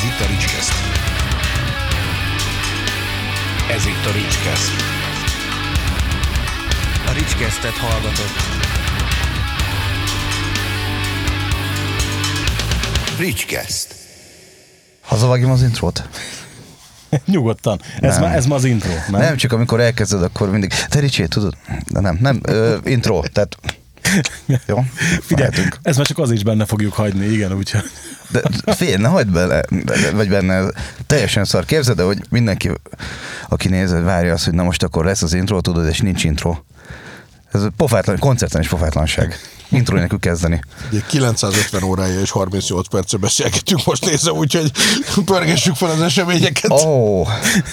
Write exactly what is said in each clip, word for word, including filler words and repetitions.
itt a Ricskeszt. Ez itt a Ricskeszt. A Ricskesztet hallgatott. Ricskeszt. Hazavágjam az intrót? Nyugodtan. Ez ma, ez ma az intro, nem? Nem, csak amikor elkezded, akkor mindig, te Ricsi, tudod? De nem, nem, ö, intro, tehát jó? Figyelj, Fájtunk. ez már csak az is benne fogjuk hagyni, igen, úgyhogy. De fél, ne hagyd bele, vagy benne, teljesen szar. Képzeld, hogy mindenki, aki nézed, várja azt, hogy na most akkor lesz az intro, tudod, és nincs intro. Ez pofátlan, koncerten is pofátlanság. Intro nélkül kezdeni. Ugye kilencszázötven órája és harmincnyolc percre beszélgetünk most nézve, úgyhogy pörgessük fel az eseményeket. Ó! Oh.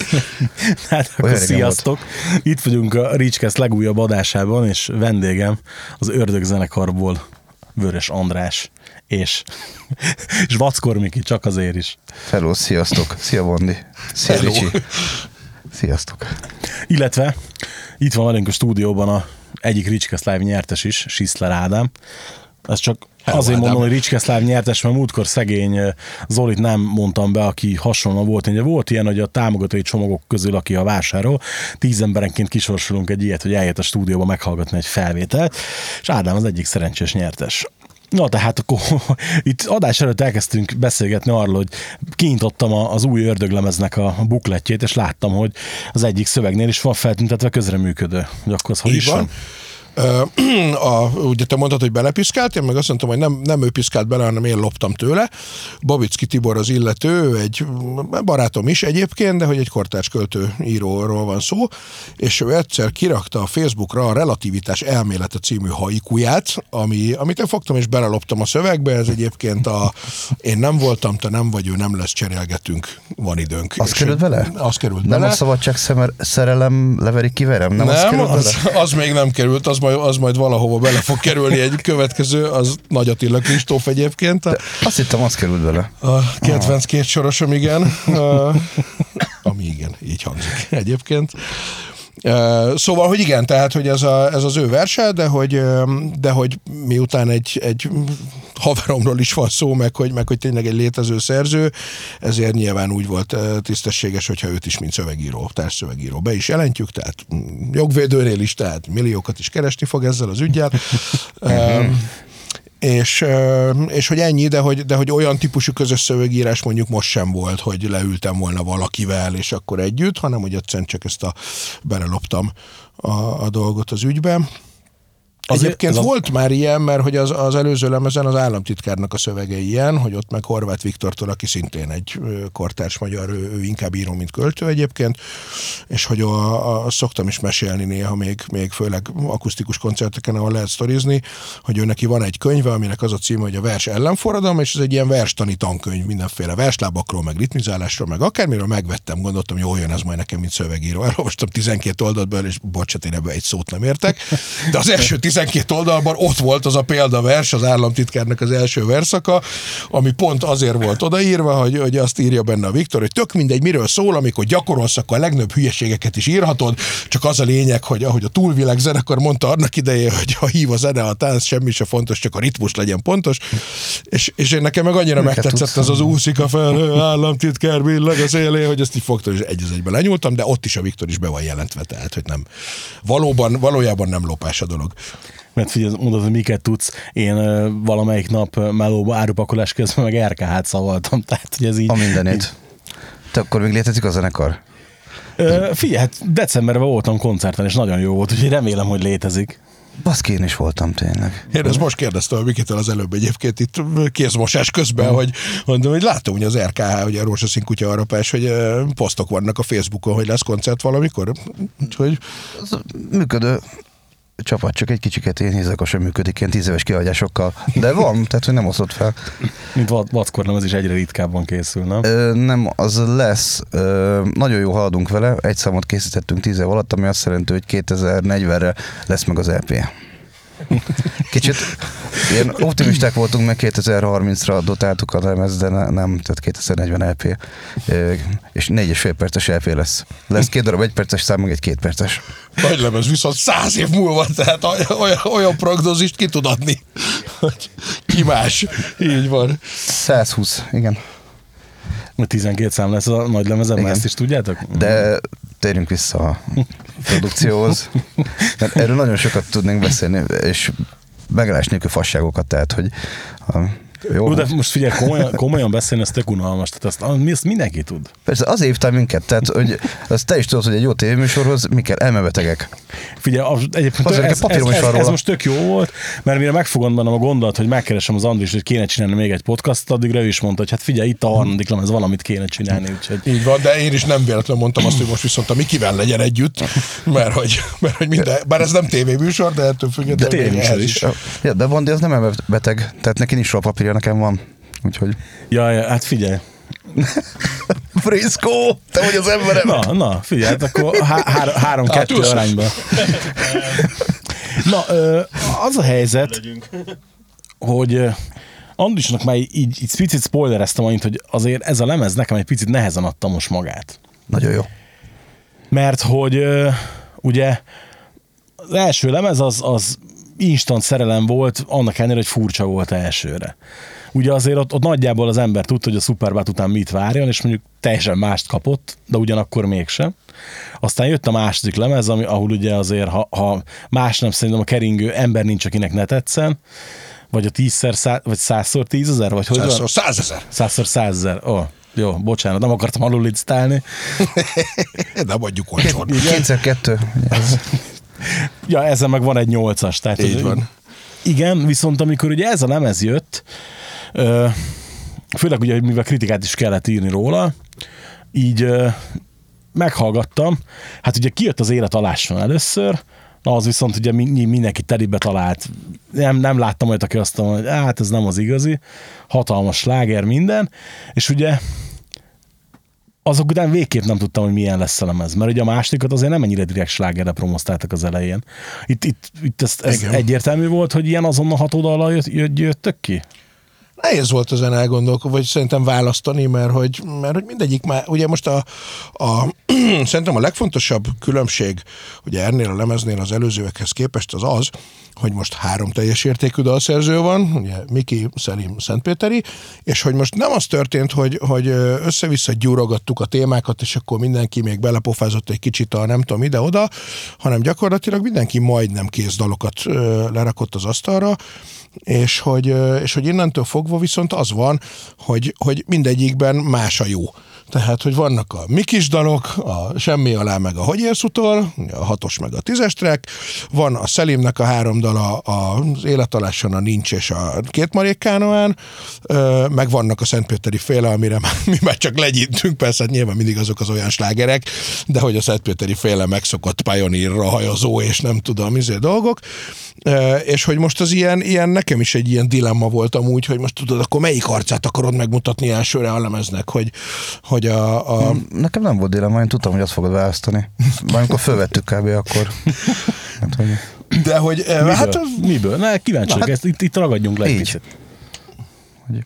Hát akkor sziasztok! Itt vagyunk a Ricskeszt legújabb adásában, és vendégem az Ördög zenekarból Vörös András, és, és Vackor Miki, csak azért is. Hello, sziasztok! Szia, Bondi! Szia, Hello. Ricsi! Sziasztok! Illetve itt van velünk a stúdióban a egyik Ricskeszt Live nyertes is, Siszler Ádám. Ez csak Hello, azért Ádám. mondom, hogy Ricskeszt Live nyertes, mert múltkor szegény Zolit nem mondtam be, aki hasonló volt. Ugye volt ilyen, hogy a támogatói csomagok közül, aki a vásárol, tíz emberenként kisorsolunk egy ilyet, hogy eljött a stúdióba meghallgatni egy felvételt, és Ádám az egyik szerencsés nyertes. Na, tehát akkor itt adás előtt elkezdtünk beszélgetni arról, hogy kinyitottam az új ördöglemeznek a bukletjét, és láttam, hogy az egyik szövegnél is van feltüntetve közreműködő. Hogy akkor az hogy is van? Uh, a, ugye te mondtad, hogy belepiszkált, én meg azt mondtam, hogy nem, nem ő piszkált bele, hanem én loptam tőle. Babicki Tibor az illető, ő egy barátom is egyébként, de hogy egy kortárs költő íróról van szó, és ő egyszer kirakta a Facebookra a Relativitás elmélete című haikuját, ami, amit én fogtam és beleloptam a szövegbe, ez egyébként a én nem voltam, te nem vagy, ő nem lesz, cserélgetünk, van időnk. Az került bele? Az került Nem bele. a szabadság szemer, szerelem leverik kiverem? Nem, Nem, az került az, bele? az még nem került, az majd, az majd valahova bele fog kerülni egy következő, az Nagy Attila Kristóf egyébként. A, De azt hittem, az került bele. a kedvenc két sorosom, igen. A, ami igen, így hangzik egyébként. Szóval, hogy igen, tehát, hogy ez, a, ez az ő verse, de hogy, de hogy miután egy, egy haveromról is van szó, meg hogy, meg hogy tényleg egy létező szerző, ezért nyilván úgy volt tisztességes, hogyha őt is, mint szövegíró, társszövegíró be is jelentjük, tehát jogvédőnél is, tehát milliókat is keresni fog ezzel az üggyel. És, és hogy ennyi, de hogy, de hogy olyan típusú közös szövegírás mondjuk most sem volt, hogy leültem volna valakivel, és akkor együtt, hanem hogy egyszerűen csak ezt a beleloptam a, a dolgot az ügybe. Azért Egyébként a... volt már ilyen, mert hogy az, az előző lemezen az államtitkárnak a szövege ilyen, hogy ott meg Horváth Viktortól, aki szintén egy kortárs magyar, ő, ő inkább író, mint költő egyébként, és hogy a, a, szoktam is mesélni néha, még, még főleg akusztikus koncerteken, ahol lehet sztorizni, hogy ő neki van egy könyve, aminek az a címe, hogy a vers ellenforradalom, és ez egy ilyen verstani tankönyv, mindenféle verslábakról, meg ritmizálásról, meg akármiről megvettem, gondoltam, hogy jól jön ez majd nekem, mint szövegíró. Elolvastam tizenkét oldalból, és bocsát, én ebbe egy szót nem értek, de az első tizenkét oldalban ott volt az a példavers, az államtitkárnak az első verszaka, ami pont azért volt odaírva, hogy, hogy azt írja benne a Viktor, hogy tök mindegy, miről szól, amikor gyakorolsz, akkor a legnagyobb hülyeségeket is írhatod, csak az a lényeg, hogy ahogy a Túlvilág zenekar mondta annak idején, hogy ha hív a zene, a tánc, semmi se fontos, csak a ritmus legyen pontos, és, és én nekem meg annyira Miket megtetszett ez az úszika fel, államtitkár billeg az élén, hogy ezt így fogtam, és egy az egyben lenyúltam, de ott is a Viktor is be van jelentve, tehát, hogy nem, valóban, valójában nem lopás a dolog. Mert figyelj, mondod, hogy miket tudsz. Én uh, valamelyik nap melóba árupakolás közben meg er ká hát szavaltam, tehát hogy ez így... A mindenit. Te akkor még létezik a zenekar? Uh, figyelj, hát decemberben voltam koncerten, és nagyon jó volt, úgyhogy remélem, hogy létezik. Baszki, én is voltam tényleg. Én ezt most kérdeztem a Mikitől az előbb egyébként itt kézmosás közben, mm. hogy mondom, hogy látom, hogy az er ká há, ugye a Rózsaszín kutya arapás, hogy posztok vannak a Facebookon, hogy lesz koncert valamikor. Úgyhogy... Működő csapat, csak egy kicsiket én hízakosan működik, ilyen tíz éves kihagyásokkal. De van, tehát hogy nem osztott fel. Mint Vackor, nem, az is egyre ritkábban készül, nem? Ö, nem, az lesz. Ö, nagyon jó haladunk vele. Egy számot készítettünk tíz év alatt, ami azt jelenti, hogy kétezer-negyvenre lesz meg az é pé. Kicsit ilyen optimisták voltunk, meg kétezer-harmincra dotáltuk a lemez, de ne, nem, tehát kétezer-negyven é pé. Ö, és négy és fél perces é pé lesz. Lesz két darab egy perces szám, meg egy két perces. Nagy lemez viszont száz év múlva, tehát olyan, olyan prognózist ki tud adni, hogy ki más. Így van. százhúsz, igen. tizenkét szám lesz a nagy lemezem, ezt is tudjátok? De térjünk vissza a produkcióhoz. Mert erről nagyon sokat tudnénk beszélni, és megállás nélkül fasságokat, tehát, hogy a, jó. Jó, de most figyelj, komolyan, komolyan beszélni, ez tök unalmas, tehát azt, ezt mindenki tud. Persze, azért hívtál minket, tehát, hogy azt te is tudod, hogy egy jó tévéműsorhoz mi kell, elmebetegek. Figyelj, az, egyébként Azért ez, ez, ez, ez, ez most tök jó volt, mert mire megfogom bennem a gondolat, hogy megkeresem az Andris, hogy kéne csinálni még egy podcastot, addigra ő is mondta, hogy hát figyelj, itt a harmadik lemez, valamit kéne csinálni, úgyhogy... Így van, de én is nem véletlenül mondtam azt, hogy most viszont a Mikivel legyen együtt, mert hogy, mert hogy minden, bár ez nem tévéműsor, de ettől függetlenül tévéműsor is. is. Ja, de Bondi az nem elmebeteg, tehát neki nincs papírja, nekem van. Úgyhogy... Ja, ja, hát figyelj. Friszkó, te vagy az emberem. Na, na, figyelj, hát akkor há- há- három-kettő hát, arányban. Na, az a helyzet, hogy Andrisnak már így, így picit spoilereztem annyit, hogy azért ez a lemez nekem egy picit nehezen adta most magát. Nagyon jó. Mert hogy ugye az első lemez az, az instant szerelem volt, annak ellenére, hogy furcsa volt elsőre. Ugye azért ott, ott nagyjából az ember tudta, hogy a Superbad után mit várjon, és mondjuk teljesen mást kapott, de ugyanakkor mégsem. Aztán jött a második lemez, ami, ahol ugye azért, ha, ha más nem szerintem a keringő ember nincs, akinek ne tetszen, vagy a tízszer, száz, vagy százszor tízezer, vagy hogy százszor százezer. Százszor százezer. Ó, oh, jó, bocsánat, nem akartam alullicitálni. De mondjuk olcsón. Kétszer kettő. Ja, ezen meg van egy nyolcas. Tehát így az, van. Igen, viszont amikor ugye ez a lemez jött, főleg ugye, mivel kritikát is kellett írni róla, így meghallgattam, hát ugye kijött az Élet aláson először, na az viszont ugye mindenki telibe talált, nem, nem láttam olyat, aki azt mondta, hogy hát ez nem az igazi, hatalmas sláger minden, és ugye azok után végképp nem tudtam, hogy milyen lesz a lemez, mert ugye a másodikat azért nem ennyire direkt slágerre promoztáltak az elején. Itt, itt, itt ez, ez egyértelmű volt, hogy ilyen azonnal hat oldallal jött, jött, jöttök ki? Nehéz volt ezen elgondolkodni, vagy szerintem választani, mert hogy, mert hogy mindegyik már, ugye most a, a szerintem a legfontosabb különbség, ugye ennél a lemeznél az előzőekhez képest az az, hogy most három teljes értékű dalszerző van, ugye Miki, Szelim, Szentpéteri, és hogy most nem az történt, hogy, hogy össze-vissza gyúrogattuk a témákat, és akkor mindenki még belepofázott egy kicsit a nem tudom ide-oda, hanem gyakorlatilag mindenki majdnem kész dalokat lerakott az asztalra, és hogy, és hogy innentől fogva viszont az van, hogy, hogy mindegyikben más a jó. Tehát, hogy vannak a Mikis dalok, a Semmi alá meg a Hogy élsz utol, a hatos meg a tízes track, van a Szelimnek a három dala, az Élet aláson, a Nincs és a Két marék kánoán, meg vannak a Szentpéteri féle, amire már, mi már csak legyintünk, persze nyilván mindig azok az olyan slágerek, de hogy a Szentpéteri féle megszokott Pioneer-ra hajazó, és nem tudom, izé dolgok, és hogy most az ilyen, ilyen, nekem is egy ilyen dilemma volt amúgy, hogy most tudod, akkor melyik arcát akarod megmutatni elsőre a lemeznek, hogy, hogy a, a... Nekem nem volt dilemma, én tudtam, hogy azt fogod választani. Már amikor fölvettük kb. Akkor... Hát, hogy... De hogy... Miből? Hát, Miből? Ne, kíváncsi hát, ezt, itt, itt ragadjunk le egy picit. Hogy...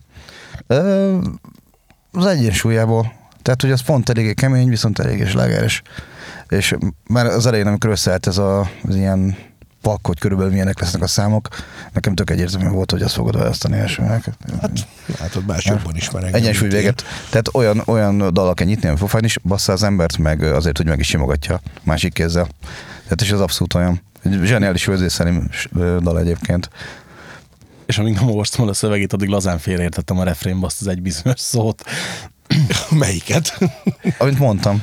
Az egyensúlyából. Tehát, hogy az pont eléggé kemény, viszont eléggé slágeres. És már az elején, amikor összeállt ez a, az ilyen pak, hogy körülbelül milyenek lesznek a számok, nekem tök egyértelmű volt, hogy azt fogod választani elsőnek. Hát, látod, más jobban ismer engem. Egyensúly véget. Tehát olyan, olyan dallal kell nyitni, ami fofán is bassza az embert, meg azért, hogy meg is simogatja másik kézzel. Tehát és az abszolút olyan. Egy zseniális Szelim dal egyébként. És amíg nem olvastam a szövegét, addig lazán félreértettem a refrénbe azt az egy bizonyos szót. Melyiket? Amit mondtam.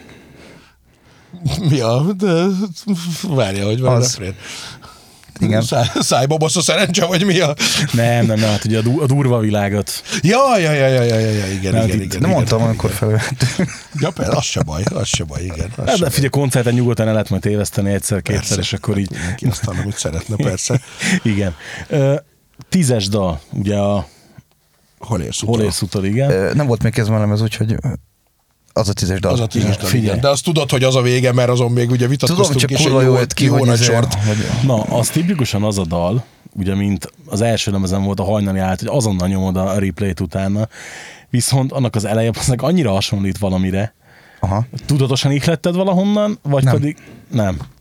Mi a... De, várja, hogy van az... a refrén. Igen. Száj, szájbabasz a szerencse, vagy mi a... Nem, nem, nem, hát ugye a, du, a durva világot. Ja, ja, ja, ja, ja, ja, igen, nem, igen, itt, igen. Nem mondtam, igen, amikor felvettünk. Ja, persze, az se baj, az se baj, igen. Hát, de baj. figyelj, koncerten nyugodtan el lehet majd téveszteni egyszer-kétszer, és akkor így... Mindenki aztán, amit szeretne, persze. Igen. Ö, tízes dal, ugye a... Hol érsz Hol érsz utol, igen. Nem volt még kezdve ez, úgyhogy az a tízes dal. Az a tízes dal, figyelj. igen. De azt tudod, hogy az a vége, mert azon még ugye vitatkoztunk. Tudom, csak és kurva jó, jó jött ki, jó hogy nagy izé- sort. hogy- Na, az tipikusan az a dal, ugye, mint az első lemezen volt a hajnali állt, hogy azonnal nyomod a replayt utána, viszont annak az eleje aznak annyira hasonlít valamire. Aha. Tudatosan ihletted valahonnan, vagy Nem. pedig nem.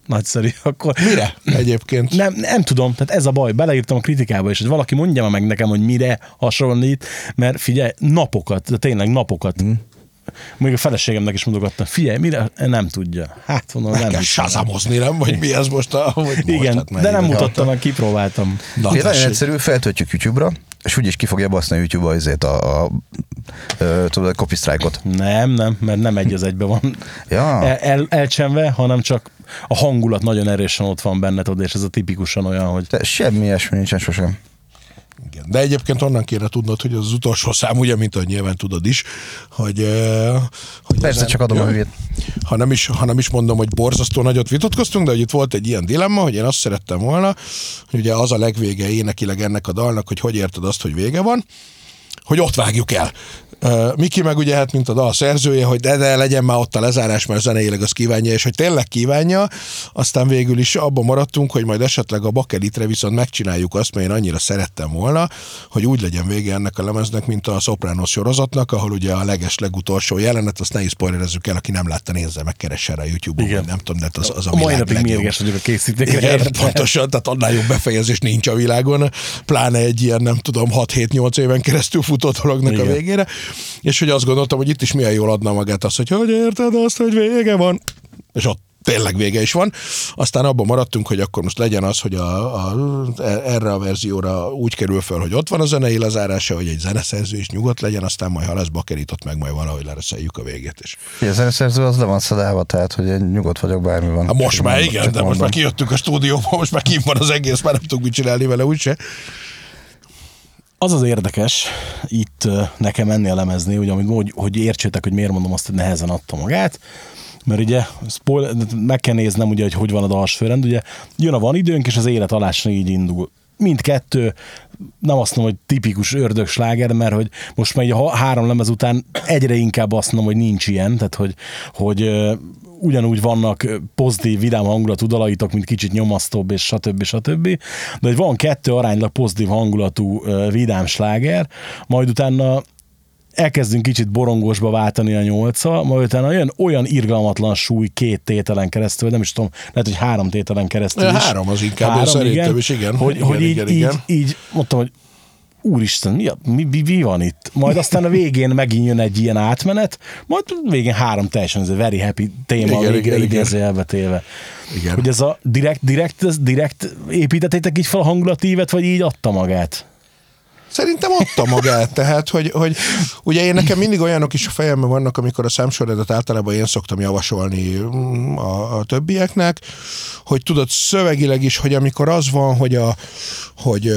nagyszerű. Akkor Mire egyébként? Nem, nem tudom, tehát ez a baj. Beleírtam a kritikába is, hogy valaki mondja már meg nekem, hogy mire hasonlít, mert figyelj, napokat, de tényleg napokat. Hmm. Még a feleségemnek is mondogattam, figyelj, mire? Nem tudja. Hát mondom, meg nem kell sazamozni, nem? Vagy mi ez most? A, igen, most, hát de nem mutattam, meg kipróbáltam. Na, nagyon egyszerű, feltöltjük YouTube-ra, és úgyis ki fogja baszni a YouTube-ba azért a, a, a, a, a copy strike-ot. Nem, nem, mert nem egy az egybe van Ja. el, el, elcsenve, hanem csak a hangulat nagyon erősen ott van benned, és ez a tipikusan olyan, hogy... De semmi ilyesmi nincsen sosem. Igen. De egyébként onnan kéne tudnod, hogy az utolsó szám, ugye, mint ahogy nyilván tudod is, hogy... hogy Persze, ezen, csak adom ja, a hülyét. Ha nem, is, ha nem is mondom, hogy borzasztó nagyot vitatkoztunk, de hogy itt volt egy ilyen dilemma, hogy én azt szerettem volna, hogy ugye az a legvége énekileg ennek a dalnak, hogy hogy érted azt, hogy vége van, hogy ott vágjuk el. Uh, Miki meg ugye, hát mint a dal szerzője, hogy de, de legyen már ott a lezárás, mert zeneileg az kívánja, és hogy tényleg kívánja, aztán végül is abban maradtunk, hogy majd esetleg a bakelitre viszont megcsináljuk azt, mert én annyira szerettem volna, hogy úgy legyen vége ennek a lemeznek, mint a Sopranos sorozatnak, ahol ugye a leges legutolsó jelenet, azt ne is spoilerezzük el, aki nem látta, nézze, megkeressen rá a YouTube-on, vagy nem tudom, de az, az a, a mai napig mérges vagyok a készítékre. Igen, pontosan, tehát annál jobb befejezés nincs a világon, pláne egy ilyen, nem tudom, hat-hét-nyolc éven keresztül futó dolognak igen. a végére. És hogy azt gondoltam, hogy itt is milyen jól adna magát azt, hogy hogy érted azt, hogy vége van, és ott tényleg vége is van. Aztán abban maradtunk, hogy akkor most legyen az, hogy a, a, erre a verzióra úgy kerül fel, hogy ott van a zenei lezárása, hogy egy zeneszerző is nyugodt legyen, aztán majd ha lesz bakerított meg, majd valahogy lereszeljük a végét is. A zeneszerző az le van szedálva, tehát hogy én nyugodt vagyok, bármi van. Ha most már igen, de mondom. most már kijöttünk a stúdióba, most már kint van az egész, már nem tudunk mit csinálni vele úgyse. Az az érdekes itt nekem ennél lemezni, hogy, hogy, hogy értsétek, hogy miért mondom azt, hogy nehezen adta magát, mert ugye spoiler, meg kell néznem, ugye, hogy hogy van a dalsfőrend, ugye jön a Van időnk, és az élet alásra így indul. Mindkettő, nem azt mondom, hogy tipikus ördögsláger, mert hogy most már így a három lemez után egyre inkább azt mondom, hogy nincs ilyen, tehát hogy, hogy ugyanúgy vannak pozitív, vidám hangulatú dalaitok, mint kicsit nyomasztóbb, és stb. stb. De hogy van kettő aránylag pozitív hangulatú vidám sláger, majd utána elkezdünk kicsit borongosba váltani a nyolca, majd utána olyan, olyan irgalmatlan súly két tételen keresztül, nem is tudom, lehet, hogy három tételen keresztül is. Három az inkább, három, szerintem igen, is, igen. Hogy, igen, hogy így, igen, így, igen. így mondtam, hogy úristen, mi, a, mi, mi, mi van itt? Majd aztán a végén megint jön egy ilyen átmenet, majd végén három teljesen, ez a very happy téma, igen, végre igen, idézőjelbe téve. Igen. Hogy ez a direkt, direkt, direkt építettétek így fel a hangulatívet, vagy így adta magát? Szerintem adta magát, tehát, hogy, hogy ugye én nekem mindig olyanok is a fejemben vannak, amikor a számsorrendet általában én szoktam javasolni a, a többieknek, hogy tudod szövegileg is, hogy amikor az van, hogy a, hogy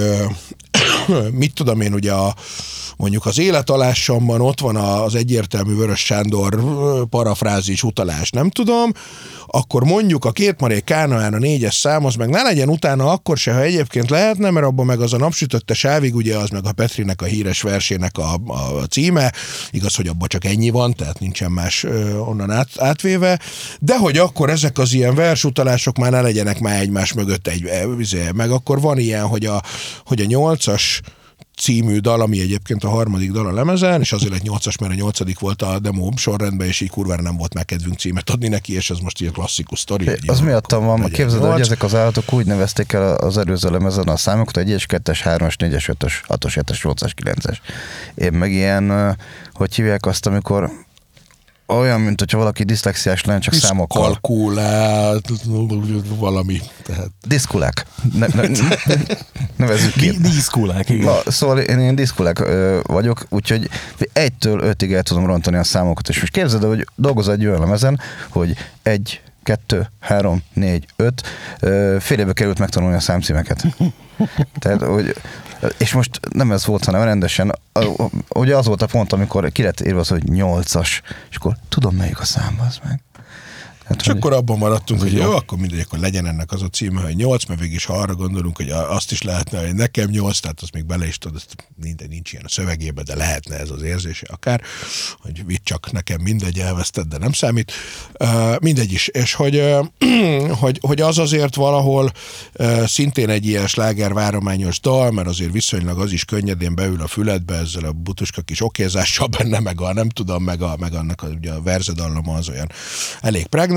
mit tudom én, ugye a mondjuk az életalásomban ott van az egyértelmű Vörös Sándor parafrázis utalás, nem tudom, akkor mondjuk a Két Marék Kánaán a négyes számhoz meg ne legyen utána akkor se, ha egyébként lehetne, mert abban meg az a Napsütötte sávig, ugye az meg a Petrinek a híres versének a, a címe, igaz, hogy abban csak ennyi van, tehát nincsen más ö, onnan át, átvéve, de hogy akkor ezek az ilyen versutalások már ne legyenek már egymás mögött egy, meg akkor van ilyen, hogy a, hogy a nyolcas című dal, ami egyébként a harmadik dal a lemezen, és azért egy nyolcas, mert a nyolcadik volt a demo sorrendben, és így kurvára nem volt már kedvünk címet adni neki, és ez most ilyen klasszikus sztori. Az miattam van, képzeld, hogy ezek az állatok úgy nevezték el az előző lemezen a számokat, egyes, kettes, hármas, négyes, ötös, hatos, hetes, nyolcas, kilences. Én meg ilyen, hogy hívják azt, amikor olyan, mint hogyha valaki diszlexiás lenne, csak számokkal. Kalkulált, valami. Tehát. Diszkulák. Ne, ne, nevezzük ki. Diszkulák, igen. Na, szóval én ilyen diszkulák ö, vagyok, úgyhogy egytől ötig el tudom rontani a számokat, és most képzeld, hogy dolgozol egy olyan lemezen, hogy egy, kettő, három, négy, öt, ö, fél évbe került megtanulni a számcímeket. Tehát, hogy és most nem ez volt, hanem rendesen, ugye az volt a pont, amikor ki lett írva az, hogy nyolcas, és akkor tudom, melyik a szám, az meg. Hát, és hogy... akkor abban maradtunk, hogy jó, jó, akkor mindegy, akkor legyen ennek az a címe, hogy nyolc, mert végig is, ha arra gondolunk, hogy azt is lehetne, hogy nekem nyolc, tehát azt még bele is tudod, mindegy, nincs ilyen a szövegében, de lehetne ez az érzése akár, hogy vitt csak nekem mindegy, elveszted, de nem számít. Uh, mindegy is, és hogy, uh, hogy, hogy az azért valahol uh, szintén egy ilyen slágervárományos dal, mert azért viszonylag az is könnyedén beül a füledbe ezzel a butuska kis okézással benne, meg a nem tudom, meg, a, meg annak a, ugye a verzedallama az olyan elég pregnán,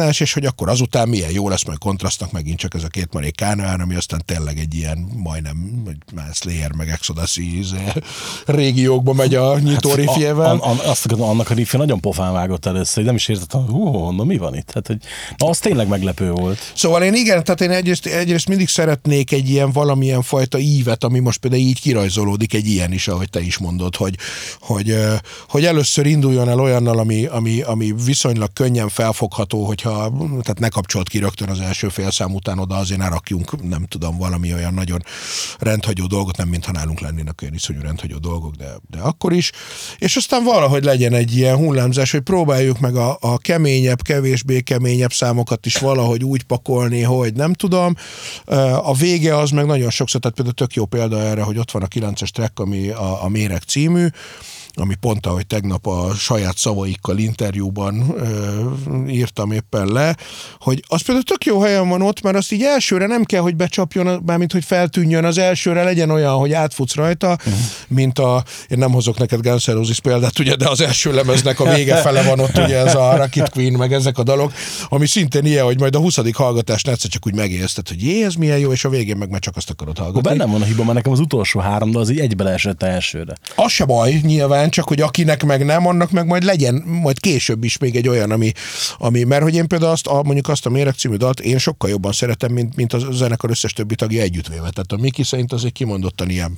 rezonáns, és hogy akkor azután milyen jó lesz, majd kontrasztnak megint csak ez a két marék kánoán, ami aztán tényleg egy ilyen majdnem, már Slayer meg Exodus-i régiókba megy a nyitó hát, riffjével. A, a, azt akarom, annak a riffje nagyon pofán vágott először, hogy nem is értettem, hú, mondom, mi van itt? Hát, hogy, na, az tényleg meglepő volt. Szóval én igen, tehát én egyrészt, egyrészt mindig szeretnék egy ilyen valamilyen fajta ívet, ami most például így kirajzolódik, egy ilyen is, ahogy te is mondod, hogy, hogy, hogy először induljon el olyannal, ami, ami, ami viszonylag könnyen felfogható, hogyha tehát ne kapcsolt ki rögtön az első fél szám után, oda azért ne rakjunk, nem tudom, valami olyan nagyon rendhagyó dolgot, nem mintha nálunk lennének olyan iszonyú rendhagyó dolgok, de, de akkor is. És aztán valahogy legyen egy ilyen hullámzás, hogy próbáljuk meg a, a keményebb, kevésbé keményebb számokat is valahogy úgy pakolni, hogy nem tudom. A vége az meg nagyon sokszor, tehát például tök jó példa erre, hogy ott van a kilences track, ami a, a Méreg című, ami pont ahogy tegnap a saját szavaikkal interjúban ö, írtam éppen le, hogy az például tök jó helyen van ott, mert azt így elsőre nem kell, hogy becsapjon, mármint hogy feltűnjön, az elsőre legyen olyan, hogy átfutsz rajta, uh-huh. mint a, én nem hozok neked Guns N' Roses példát, ugye, de az első lemeznek a vége fele van ott, ugye ez a Rocket Queen, meg ezek a dalok, ami szintén ilyen, hogy majd a huszadik hallgatásnál egyszer csak úgy megérzted, hogy jé, ez milyen jó, és a végén meg már csak azt akarod hallgatni. Bennem van a hiba, mert nekem az utolsó három, de az így egybe leesett elsőre. Az se baj, nyilván, csak hogy akinek meg nem, annak meg majd legyen, majd később is még egy olyan, ami, ami mert hogy én például azt, a, mondjuk azt a Méreg című dalt én sokkal jobban szeretem, mint, mint a zenekar összes többi tagja együttvéve. Tehát a Miki szerint az egy kimondottan ilyen.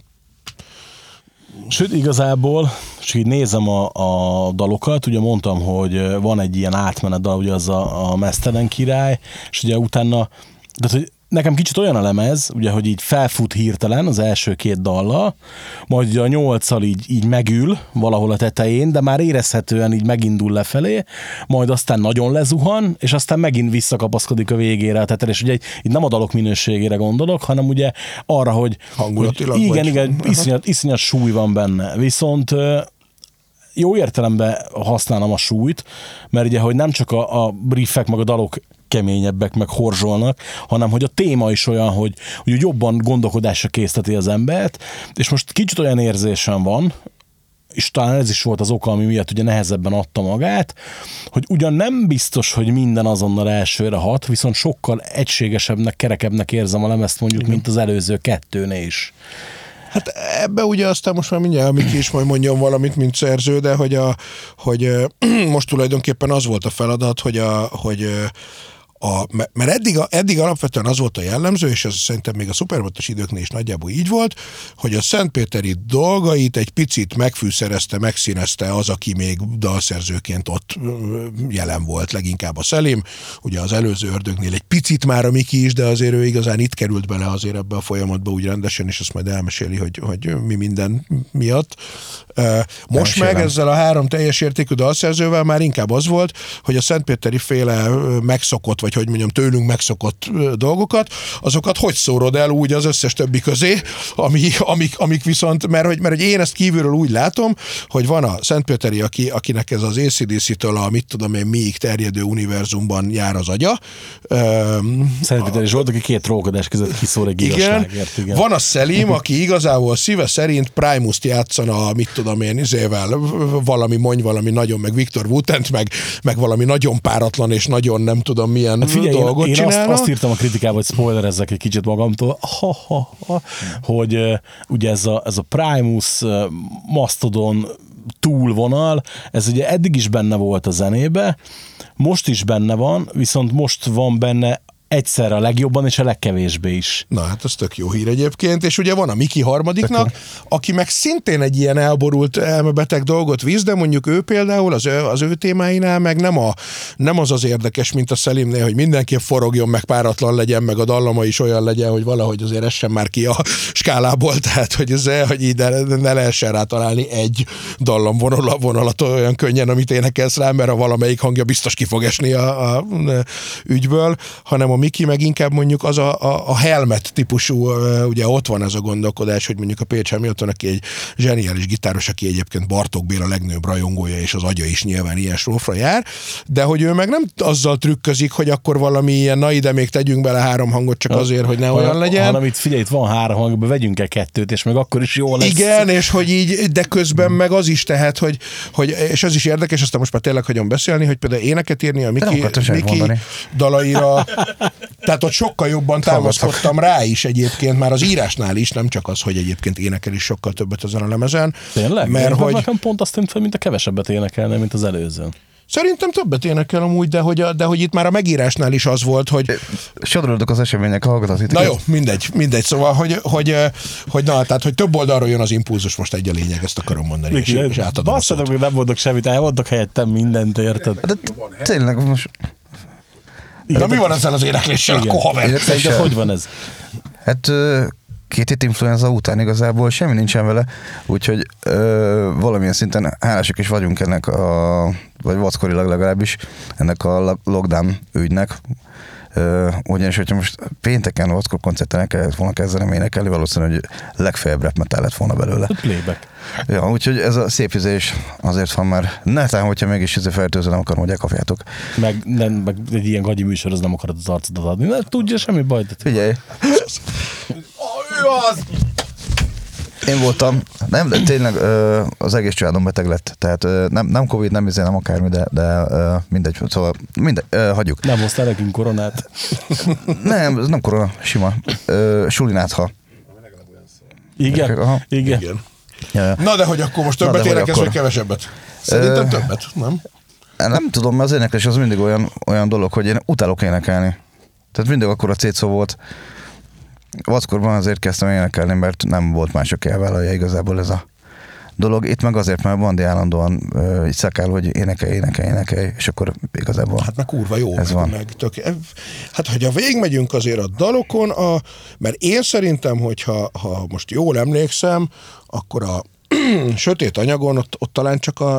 Sőt, igazából, és így nézem a, a dalokat, ugye mondtam, hogy van egy ilyen átmenet dal, ugye az a, a Mesztelen király, és ugye utána, tehát, hogy nekem kicsit olyan a lemez, ugye, hogy így felfut hirtelen az első két dallal, majd ugye a nyolccal így, így megül valahol a tetején, de már érezhetően így megindul lefelé, majd aztán nagyon lezuhan, és aztán megint visszakapaszkodik a végére a tetejére, és ugye így nem a dalok minőségére gondolok, hanem ugye arra, hogy, hogy igen, vagy. igen, iszonyat, iszonyat súly van benne. Viszont jó értelemben használom a súlyt, mert ugye, hogy nem csak a, a riffek, meg a dalok keményebbek, meg horzsolnak, hanem hogy a téma is olyan, hogy, hogy jobban gondolkodásra készteti az embert, és most kicsit olyan érzésem van, és talán ez is volt az oka, ami miatt ugye nehezebben adta magát, hogy ugyan nem biztos, hogy minden azonnal elsőre hat, viszont sokkal egységesebbnek, kerekebbnek érzem a lemezt mondjuk, igen, mint az előző kettőnél is. Hát ebbe ugye aztán most már mindjárt Miki is majd mondjon valamit, mint szerző, de hogy, a, hogy most tulajdonképpen az volt a feladat, hogy, a, hogy a, mert eddig, eddig alapvetően az volt a jellemző, és ez szerintem még a szuperbotos időknél is nagyjából így volt, hogy a szentpéteri dolgait egy picit megfűszerezte, megszínezte az, aki még dalszerzőként ott jelen volt, leginkább a Szelim. Ugye az előző Ördögnél egy picit már a Miki is, de azért ő igazán itt került bele azért ebbe a folyamatba úgy rendesen, és azt majd elmeséli, hogy, hogy mi minden miatt. Most meg ezzel a három teljes értékű dalszerzővel már inkább az volt, hogy a szentpéteri féle megszokott, vagy hogy mondjam, tőlünk megszokott dolgokat, azokat hogy szórod el úgy az összes többi közé, ami, amik, amik viszont, mert hogy, mert hogy én ezt kívülről úgy látom, hogy van a szentpéteri, aki, akinek ez az á cé dé cé-től a mit tudom én miig terjedő univerzumban jár az agya. Szentpéteri Zsolt, aki két trókodás között kiszól egy gigaslágert. Igen. Van a Szelim, aki igazából szíve szerint Primus-t játszana, mit tudom én, izével, valami mondj valami nagyon, meg Viktor Wutent, meg, meg valami nagyon páratlan, és nagyon nem tudom milyen hát figyelj, dolgot én, én csinálna. Azt, azt írtam a kritikában, hogy spoilerezzek egy kicsit magamtól, ha, ha, ha, hogy uh, ugye ez a, ez a Primus uh, Mastodon túlvonal, ez ugye eddig is benne volt a zenébe, most is benne van, viszont most van benne egyszerre a legjobban és a legkevésbé is. Na hát ez tök jó hír egyébként, és ugye van a Miki harmadiknak, aki meg szintén egy ilyen elborult, elmebeteg dolgot víz, de mondjuk ő például az ő, az ő témáinál meg nem, a, nem az az érdekes, mint a Szelimnél, hogy mindenképp forogjon, meg páratlan legyen, meg a dallama is olyan legyen, hogy valahogy azért essen már ki a skálából, tehát hogy, ez, hogy így ne, ne lehessen rá találni egy dallam vonalat, vonalat olyan könnyen, amit énekelsz rá, mert a valamelyik hangja biztos ki fog esni a, a ügyből, hanem a Miki meg inkább mondjuk az a, a, a helmet típusú, ugye ott van ez a gondolkodás, hogy mondjuk a Pécs Hamilton, aki egy zseniális gitáros, aki egyébként Bartók Béla legnagyobb rajongója, és az agya is nyilván ilyen srófra jár, de hogy ő meg nem azzal trükközik, hogy akkor valami ilyen, na ide még tegyünk bele három hangot csak azért, hogy ne ha, olyan legyen. Hanem itt figyelj, itt van három hang, vegyünk el kettőt, és meg akkor is jó lesz. Igen, és hogy így, de közben meg az is tehet, hogy, hogy és ez is érdekes, aztán most már tényleg hagyom beszélni, hogy például éneket írni a Miki, Miki dalaira, tehát ott sokkal jobban támaszkodtam rá is egyébként, már az írásnál is, nem csak az, hogy egyébként énekel is sokkal többet ezen a lemezen. Tényleg? Mert Én hogy... nekem pont azt tűnt fel, mint a kevesebbet énekelne, mint az előzőn. Szerintem többet énekel amúgy, de hogy, a, de hogy itt már a megírásnál is az volt, hogy... Sodródok az események, hallgatott. Na jó, mindegy, mindegy. Szóval, hogy, hogy, hogy, na, tehát, hogy több oldalról jön az impulzus, most egy a lényeg, ezt akarom mondani, és, és átadom a szót. Basszatok, hogy nem mondok semmit, elmondok helyettem mindent, érted? De tényleg most... Na mi van ezzel az énekléssel, akkor haver? De hogy van ez? Hát két hét influenza után igazából semmi nincsen vele, úgyhogy ö, valamilyen szinten hálásak is vagyunk ennek a, vagy vackorilag legalábbis, ennek a lockdown ügynek. Ö, ugyanis, hogyha most pénteken vackor koncerten el kellett volna kezdenem énekelni, valószínűleg, hogy legfeljebb rap metal lett volna belőle. Playback. Ja, úgyhogy ez a szép izés azért van már. Netán, hogyha mégis ez fertőző, nem akarom, hogy elkapjátok. Meg, nem, meg egy ilyen gagyi műsor, az nem akarod az arcodat adni. Ne tudja, semmi baj. De... Figyelj! Ő az! Én voltam, nem, de tényleg az egész családom beteg lett, tehát nem, nem Covid, nem izé, nem akármi, de, de mindegy, szóval mindegy, hagyjuk. Nem hoztál nekünk koronát? Nem, ez nem korona, sima. Sulinátha. Igen, Aha. igen. Igen. Ja. Na de hogy akkor most többet énekelsz, vagy kevesebbet? Szerintem többet, nem? Nem tudom, mert az éneklés az mindig olyan, olyan dolog, hogy én utálok énekelni. Tehát mindig akkor a cétszó volt. Vackorban azért kezdtem énekelni, mert nem volt mások elvállalja igazából ez a dolog. Itt meg azért, mert Bandi állandóan uh, így szakál, hogy énekelj, énekelj, énekelj, és akkor igazából Hát meg kurva jó. ez meg, van. meg tök, hát hogyha végigmegyünk azért a dalokon, a, mert én szerintem, hogyha ha most jól emlékszem, akkor a sötét anyagon ott, ott talán csak a,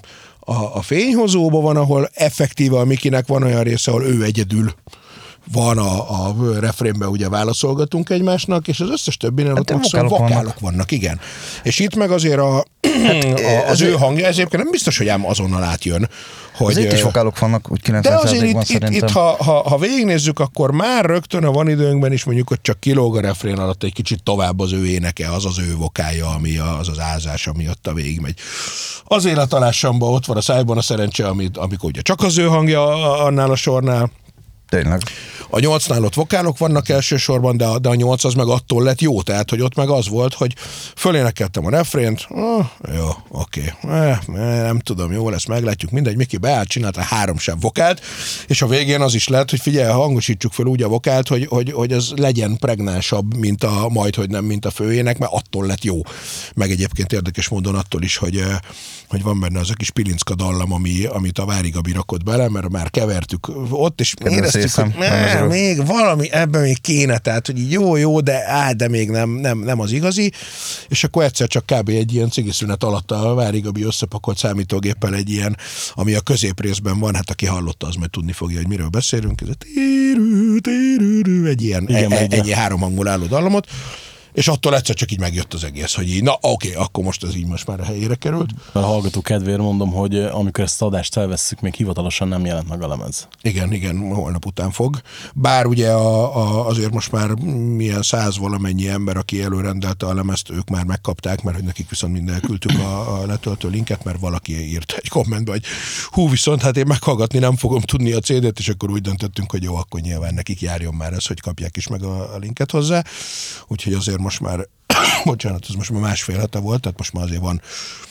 a, a fényhozóban van, ahol effektíve a Mikinek van olyan része, ahol ő egyedül van a, a refrénben, ugye válaszolgatunk egymásnak, és az összes többinél Hát ott maximum vokálok vokálok vannak. vannak, igen. És itt meg azért a, hát, a, az ő hangja, ez egyébként nem biztos, hogy ám azonnal átjön. Hogy, itt is vokálok vannak, úgy de kilencven azért százalékban itt, itt, szerintem. itt ha, ha, ha végignézzük, akkor már rögtön a van időnkben is mondjuk, hogy csak kilóg a refrén alatt egy kicsit tovább az ő éneke, az az ő vokálja, ami az az ázás, ami ott a végigmegy. Az életalássamban ott van a szájban a szerencse, amit, amikor ugye csak az ő hangja annál a sornál. Tényleg. A nyolcnál ott vokálok vannak elsősorban, de a, de a nyolc az meg attól lett jó, tehát hogy ott meg az volt, hogy fölénekeltem a refrént, ah, jó, oké, eh, nem tudom, jó lesz, meglátjuk, mindegy, Miki beállt, csinálta három sem vokált, és a végén az is lett, hogy figyelj, hangosítsuk fel úgy a vokált, hogy, hogy, hogy ez legyen pregnánsabb, mint a majd, hogy nem, mint a főének, mert attól lett jó. Meg egyébként érdekes módon attól is, hogy, hogy van benne az a kis Pilinszka dallam, ami, amit a Vári Gabi rakott bele, mert már kevertük ott, és éreztük, hogy ne, még valami ebben még kéne, tehát, hogy így jó, jó, de á, de még nem, nem, nem az igazi, és akkor egyszer csak kb. Egy ilyen cigiszünet alatt a Vári Gabi összepakolt számítógéppel egy ilyen, ami a középrészben van, hát aki hallotta, az majd tudni fogja, hogy miről beszélünk, ez a térű, térű, egy ilyen, Igen, e, ennyi három hangból álló dallamot, és attól egyszer csak így megjött az egész, hogy így, na oké, akkor most ez így most már a helyére került. A hallgató kedvéért mondom, hogy amikor ezt az adást felvesszük, még hivatalosan nem jelent meg a lemez. Igen, igen, holnap után fog. Bár ugye a, a, azért most már milyen száz valamennyi ember, aki előrendelte a lemezt, ők már megkapták, mert hogy nekik viszont minden küldtük a, a letöltő linket, mert valaki írt egy kommentbe, hogy hú, viszont hát én meghallgatni nem fogom tudni a cé dét, és akkor úgy döntöttünk, hogy jó, akkor nyilván nekik járjon már ez, hogy kapják is meg a, a linket hozzá. Úgyhogy azért most már, bocsánat, ez most már másfél hete volt, tehát most már azért van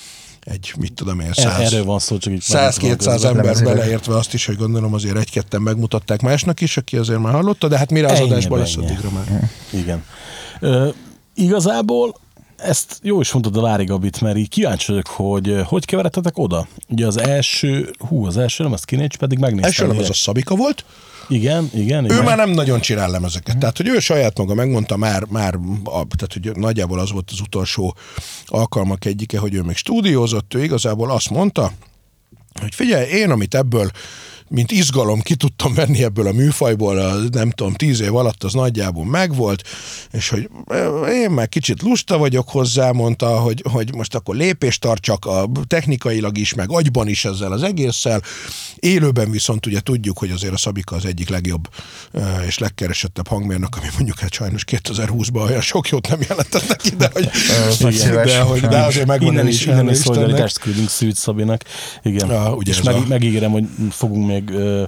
egy, mit tudom én, száz, Erről van szó, csak így száz-kétszáz ember beleértve azt is, hogy gondolom azért egy-ketten megmutatták másnak is, aki azért már hallotta, de hát mire az Ennyi, adásban lesz ennyi. addigra már. Igen. Ö, igazából ezt jó is mondtad a Lári Gabit, mert így kíváncsi vagyok, hogy hogy keveredtetek oda. Ugye az első, hú, az első nem, ezt kinécs, pedig megnéztem. Első nem az a Szabika volt, Igen, igen. ő igen. már nem nagyon csinál lemezeket. Tehát, hogy ő saját maga megmondta már, már a, tehát, hogy nagyjából az volt az utolsó alkalmak egyike, hogy ő még stúdiózott, ő igazából azt mondta, hogy figyelj, én amit ebből mint izgalom ki tudtam venni ebből a műfajból, a, nem tudom, tíz év alatt az nagyjából megvolt, és hogy én már kicsit lusta vagyok hozzá, mondta, hogy, hogy most akkor lépést tartsak a technikailag is, meg agyban is ezzel az egésszel. Élőben viszont ugye tudjuk, hogy azért a Szabika az egyik legjobb és legkeresettebb hangmérnök, ami mondjuk hát sajnos kétezer-húszban olyan sok jót nem jelentett neki, de hogy, igen, de, hogy de azért megvan innen is, innen is szolidaritást Istennek. küldünk Szűcs Szabinak. Igen. Ja, és meg, a... megígérem, hogy fogunk még uh,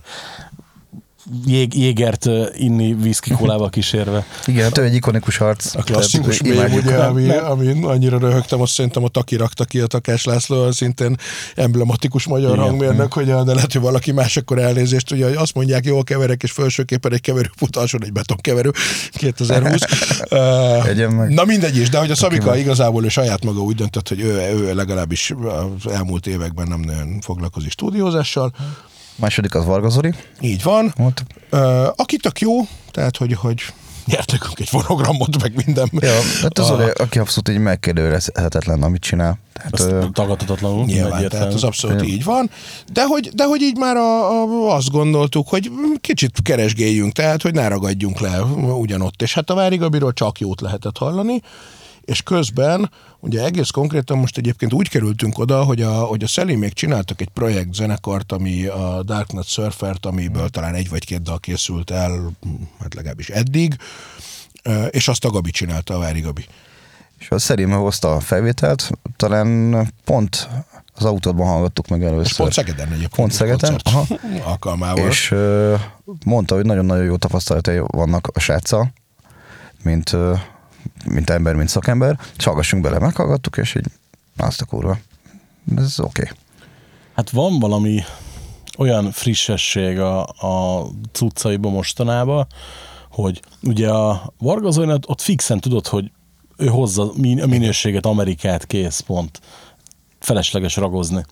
jég, jégert uh, inni whisky kólával kísérve. Igen, hát ő egy ikonikus arc. A klasszikus mém, ugye, ami, ami annyira röhögtem, azt szerintem a Taki rakta ki, a Takás László, szintén emblematikus magyar igen, hangmérnök, hogy a, de lehet, hogy valaki más akkor elnézést, ugye, hogy azt mondják, jól keverek, és felsőképpen egy keverőpult, alsón egy betonkeverő, kétezer-húsz. uh, na mindegy is, de hogy a Szabika igazából ő saját maga úgy döntött, hogy ő, ő legalábbis az elmúlt években nem nagyon foglalkozik stúdiózással. Második az Varga Zoli. Így van. Uh, aki tök jó, tehát, hogy, hogy nyert nekünk egy fonogramot, meg minden. Ja, hát az Zoli, aki abszolút így megkérdőjelezhetetlen, amit csinál. Tehát, ö... tagadhatatlanul. Nyilván, tehát az abszolút így van. De hogy, de hogy így már a, a, azt gondoltuk, hogy kicsit keresgéljünk, tehát, hogy ne ragadjunk le ugyanott. És hát a Vári Gabiról csak jót lehetett hallani, és közben ugye egész konkrétan most egyébként úgy kerültünk oda, hogy a, hogy a Szellimék csináltak egy projekt zenekart, ami a Darknet Surfert, amiből talán egy vagy két dal készült el, hát legalábbis eddig, és azt a Gabi csinálta, a Vári Gabi. És a Szellime hozta a felvételt, talán pont az autódban hallgattuk meg először. És pont Szegeden egyébként. Pont Szegeden, aha. Alkalmával. És uh, mondta, hogy nagyon-nagyon jó tapasztalatai vannak a sráccal, mint... Uh, mint ember, mint szakember, és hallgassunk bele, meghallgattuk, és így azt a kurva. Ez oké. Okay. Hát van valami olyan frissesség a, a cuccaiba mostanában, hogy ugye a Varga Zolinak ott fixen tudod, hogy ő hozza a minőséget, Amerikát, kész, pont. Felesleges ragozni.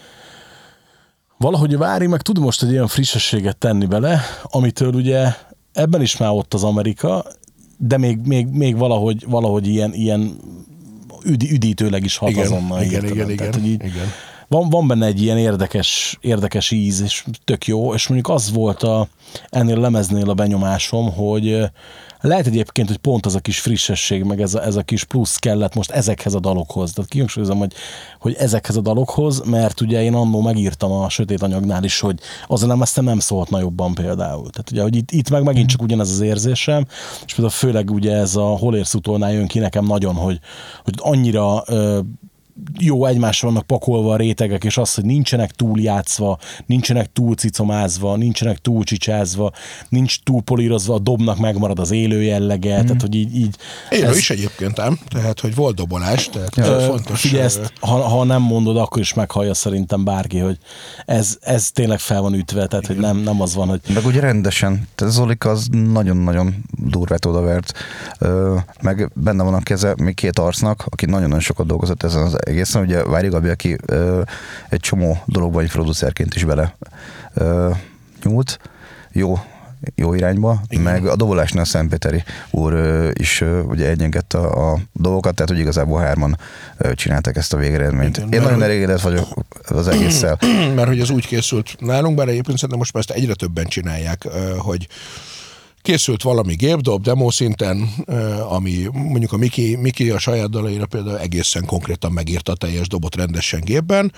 Valahogy a Vári meg tud most egy ilyen frissességet tenni bele, amitől ugye ebben is már ott az Amerika, de még, még, még valahogy, valahogy ilyen, ilyen üdi, üdítőleg is hat igen, azonnal. Igen, igen, Tehát, igen, így igen. Van, van benne egy ilyen érdekes, érdekes íz, és tök jó, és mondjuk az volt a, ennél a lemeznél a benyomásom, hogy lehet egyébként, hogy pont az a kis frissesség, meg ez a, ez a kis plusz kellett most ezekhez a dalokhoz. Tehát kihangsúlyozom, hogy, hogy ezekhez a dalokhoz, mert ugye én annól megírtam a Sötét Anyagnál is, hogy az a lemeztem nem szóltna jobban például. Tehát ugye, hogy itt, itt meg megint csak ugyanez az érzésem, és például főleg ugye ez a Hol érsz utolnál jön ki nekem nagyon, hogy, hogy annyira ö, jó egymásra vannak pakolva a rétegek, és az, hogy nincsenek túl játszva, nincsenek túl cicomázva, nincsenek túl csicsázva, nincs túl polírozva, a dobnak megmarad az élő jellege, mm. tehát hogy így... így élő ez... is egyébként ám, tehát hogy volt dobolás, tehát ja. Ö, fontos. Figyelj, ezt, ha, ha nem mondod, akkor is meghallja szerintem bárki, hogy ez, ez tényleg fel van ütve, tehát igen. Hogy nem, nem az van, hogy... Meg ugye rendesen, tehát Zolika az nagyon-nagyon durvát odavert, meg benne van a keze még két arcnak, aki nagyon-nagyon sokat dolgozott ezen az egészen, ugye Vári Gabi, aki ö, egy csomó dologban egy producerként is bele ö, nyúlt, jó, jó irányba, igen. Meg a dobolásnál Szentpéteri úr ö, is ö, ugye egyengedte a, a dolgokat, tehát hogy igazából hárman ö, csinálták ezt a végeredményt. Igen, én nagyon elégedett vagyok az egésszel. Mert hogy ez úgy készült nálunk, bár egyébként szerintem most már ezt egyre többen csinálják, ö, hogy készült valami gépdob, demo szinten, ami mondjuk a Miki, Miki a saját dalaira például egészen konkrétan megírta a teljes dobot rendesen gépben,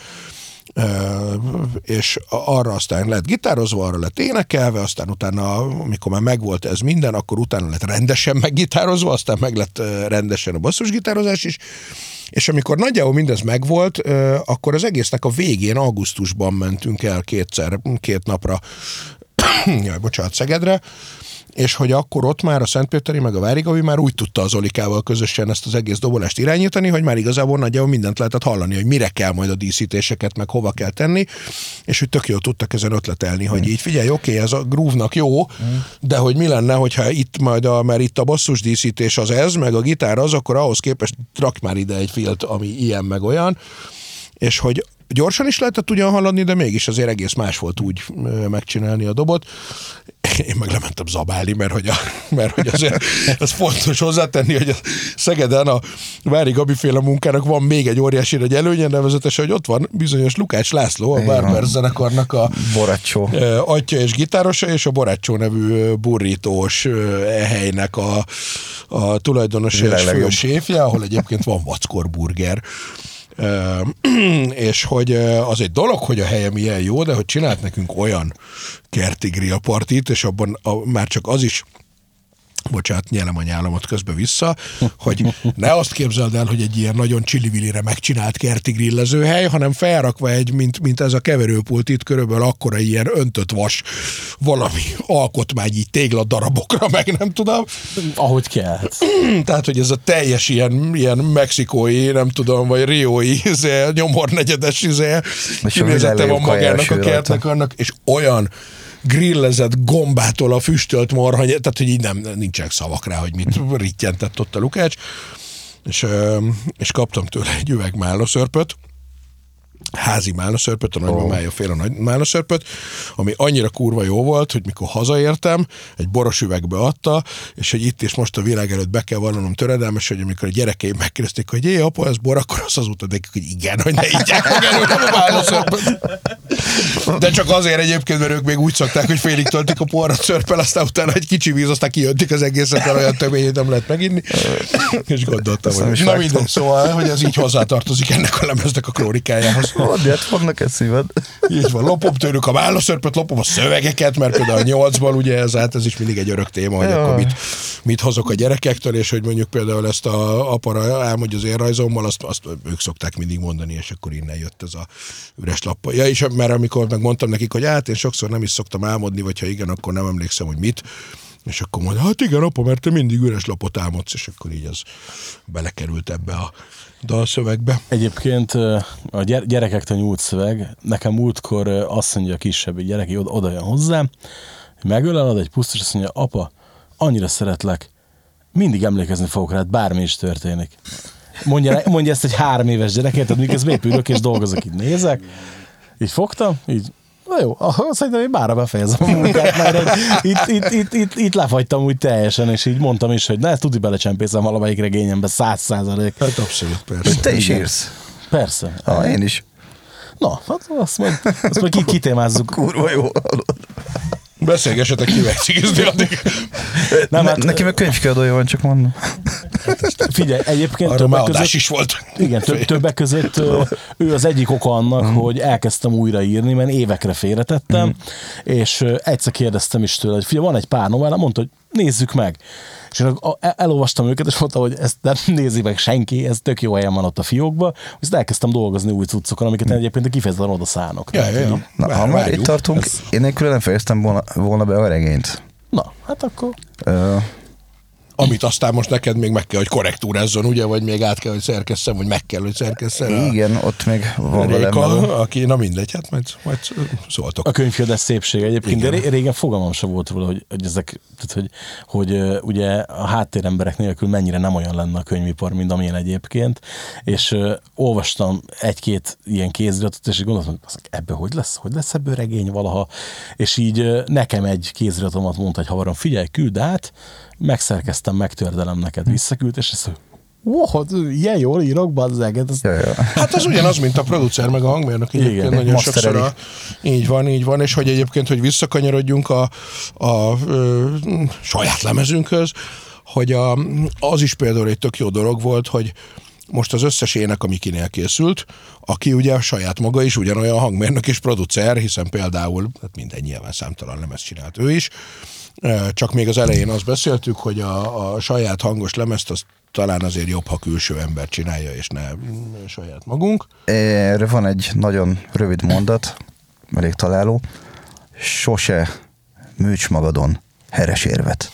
és arra aztán lett gitározva, arra lett énekelve, aztán utána, amikor már megvolt ez minden, akkor utána lett rendesen meggitározva, aztán meg lett rendesen a basszusgitározás is, és amikor nagyjából mindez megvolt, akkor az egésznek a végén, augusztusban mentünk el kétszer, két napra, jaj, bocsánat, Szegedre, és hogy akkor ott már a Szentpéteri meg a Vári Gabi már úgy tudta az Olikával közösen ezt az egész dobolást irányítani, hogy már igazából nagyjából mindent lehetett hallani, hogy mire kell majd a díszítéseket, meg hova kell tenni, és hogy tök jól tudtak ezen ötletelni, hogy így figyelj, oké, okay, ez a groove-nak jó, de hogy mi lenne, hogyha itt majd a, mert itt a basszus díszítés az ez, meg a gitár az, akkor ahhoz képest rak már ide egy filt, ami ilyen meg olyan, és hogy gyorsan is lehetett ugyan haladni, de mégis azért egész más volt úgy megcsinálni a dobot, én meg lementem zabálni, mert hogy, a, mert hogy azért ez fontos hozzátenni, hogy a Szegeden a Vári Gabi-féle munkának van még egy óriási nagy előnye, nevezetesen, hogy ott van bizonyos Lukács László, a Barber zenekarnak a Boraccio atya és gitárosa, és a Boraccio nevű burrítós helynek a, a tulajdonosa és főséfje, ahol egyébként van vackor burger. Uh, és hogy uh, az egy dolog, hogy a helyem ilyen jó, de hogy csinált nekünk olyan kerti grillpartit, és abban a, már csak az is, bocsánat, nyelem a nyálamat közbe vissza, hogy ne azt képzeld el, hogy egy ilyen nagyon csili-vilire megcsinált kerti grillezőhely, hanem felrakva egy, mint, mint ez a keverőpult itt, körülbelül akkora ilyen öntött vas valami alkotmány így tégladarabokra, meg nem tudom. Ahogy kell. Tehát, hogy ez a teljes ilyen, ilyen mexikói, nem tudom, vagy riói izé, nyomornegyedes izé, kinézete van magának a kertnek annak, és olyan grillezett gombától a füstölt marha, tehát, hogy így nem, nincsenek szavak rá, hogy mit rittyentett ott a Lukács, és, és kaptam tőle egy üveg málnaszörpöt, házi málnaszörpöt, a nagymamája fél a nagy málnaszörpöt, ami annyira kurva jó volt, hogy mikor hazaértem, egy boros üvegbe adta, és hogy itt és most a világ előtt be kell vallanom töredelmes, hogy amikor a gyerekeim megkérdezték, hogy jé, apa, ez bor, akkor azt azóta nekik, hogy igen, hogy ne ígyják meg előre a málnaszörpöt. De csak azért egyébként, mert ők még úgy szokták, hogy félig töltik a porrat szörppel, aztán utána egy kicsi víz, aztán kijöntik az egészet, mert olyan tömény, hogy nem lehet meginni. És gondoltam, hogy na minden, szóval, hogy ez így hozzátartozik ennek a lemeznek a krónikájához. Mondját, fognak eszíved. Így van, lopom tőlük a málnaszörpöt, lopom a szövegeket, mert például a nyolcban ugye ez, hát ez is mindig egy örök téma, hogy akkor mit, mit hozok a gyerekektől, és hogy mondjuk például ezt a apara elmondja az én rajzommal, azt, azt ők szokták mindig mondani, és akkor innen jött ez a üres lappal. Ja, és mert amikor megmondtam nekik, hogy hát én sokszor nem is szoktam álmodni, vagy ha igen, akkor nem emlékszem, hogy mit. És akkor mondja, hát igen, apa, mert te mindig üres lapot álmodsz, és akkor így az belekerült ebbe a dalszövegbe. Egyébként a gyerekektől nyúlt szöveg, nekem múltkor azt mondja a kisebb gyerek, oda, oda jön hozzám, megöleled egy pusztos, és azt mondja, apa, annyira szeretlek, mindig emlékezni fogok rád, bármi is történik. Mondja, mondja ezt egy három éves gyerekért, tehát miközben épp ülök és dolgozok, így nézek, így fogtam, így, na jó, szerintem én bárra befejezem a munkát, mert itt, itt, itt, itt, itt lefagytam úgy teljesen, és így mondtam is, hogy ne, tudj belecsempészem valamelyik regényembe, száz százalék. Hát abszolút, persze. Te is írsz. Persze. Ah, én is. Na, hát azt majd, azt majd kitémázzuk. Kurva jó. Beszélgessetek ki megcigizni addig. Nem, ne, hát, neki meg könyvkiadója van, csak mondom. Figyelj, egyébként arra többek között, is volt. Igen, több, többek között ő az egyik oka annak, mm. hogy elkezdtem újraírni, mert évekre félretettem, mm. és egyszer kérdeztem is tőle, hogy figyelj, van egy pár novella, mondta, hogy nézzük meg. És elolvastam őket, és mondta, hogy ezt nem nézi meg senki, ez tök jó helyen van ott a fiókba, és elkezdtem dolgozni új cuccokon, amiket egyébként kifejezetten oda szánok. Ja, ja, ja. Na, ha már itt tartunk, ez... én nélkül nem fejeztem volna, volna be a regényt. Na, hát akkor... Uh, Amit aztán most neked még meg kell, hogy korrektúrázzon, ugye, vagy még át kell, hogy szerkesszem, vagy meg kell, hogy szerkesszem. Igen, a... ott még van velem. Aki, na mindegy, hát majd, majd szóltok. A könyvkiadás szépség egyébként, igen. De régen fogalmam sem volt róla, hogy, hogy ezek, tehát, hogy, hogy uh, ugye a háttéremberek nélkül mennyire nem olyan lenne a könyvipar, mint amilyen egyébként, és uh, olvastam egy-két ilyen kéziratot, és így gondoltam, hogy ebből hogy lesz, hogy lesz ebből regény valaha, és így uh, nekem egy kéziratomat mondta egy havarom, figyelj, küld át, megszerkeztem, megtördelem neked, visszaküld, és ezt wow, ilyen jól írok, bazzeg. Ja, ja. Hát az ugyanaz, mint a producer, meg a hangmérnök egyébként. Igen, nagyon sokszor a, így van, így van, és hogy egyébként, hogy visszakanyarodjunk a, a, a, a saját lemezünkhöz, hogy a, az is például egy tök jó dolog volt, hogy most az összes ének, ami kinél készült, aki ugye saját maga is ugyanolyan hangmérnök és producer, hiszen például, hát minden nyilván számtalan lemezt csinált ő is, csak még az elején azt beszéltük, hogy a, a saját hangos lemezt az talán azért jobb, ha külső ember csinálja, és ne saját magunk. Erre van egy nagyon rövid mondat, elég találó. Sose műts magadon heres érvet.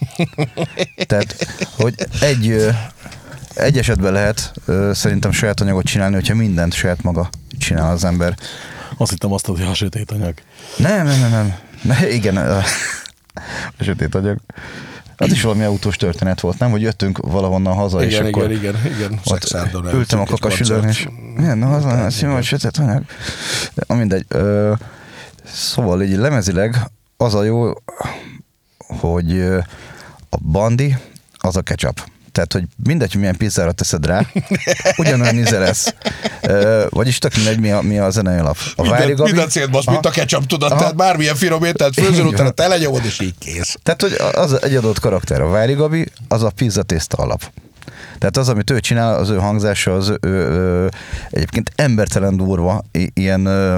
Tehát, hogy egy, egy esetben lehet szerintem saját anyagot csinálni, hogyha mindent saját maga csinál az ember. Azt hittem azt, hogy a sötét anyag. Nem, nem, nem, nem. Ne, igen, a sötét anyag. Az is valami autós történet volt, nem? Hogy jöttünk valahonnan haza, igen, és igen, akkor igen, igen. ott ültem a kakasüdön, és milyen, na, az van, ez jó, sötét anyag. De, mindegy. Ö, szóval így lemezileg az a jó, hogy a Bandi az a ketchup. Tehát, hogy mindegy, hogy milyen pizzára teszed rá, ugyanolyan íze lesz. Uh, vagyis tök mindegy, mi a, mi a zenei alap. A Minden, minden célbasz, mint a ketchup, tudod, tehát bármilyen finom ételt főzöl, utána telenyomod, és így kész. Tehát, hogy az egy adott karakter. A Vári Gabi, az a pizza tészta alap. Tehát az, amit ő csinál, az ő hangzása, az ő, ő, ő egyébként embertelen durva, ilyen ö,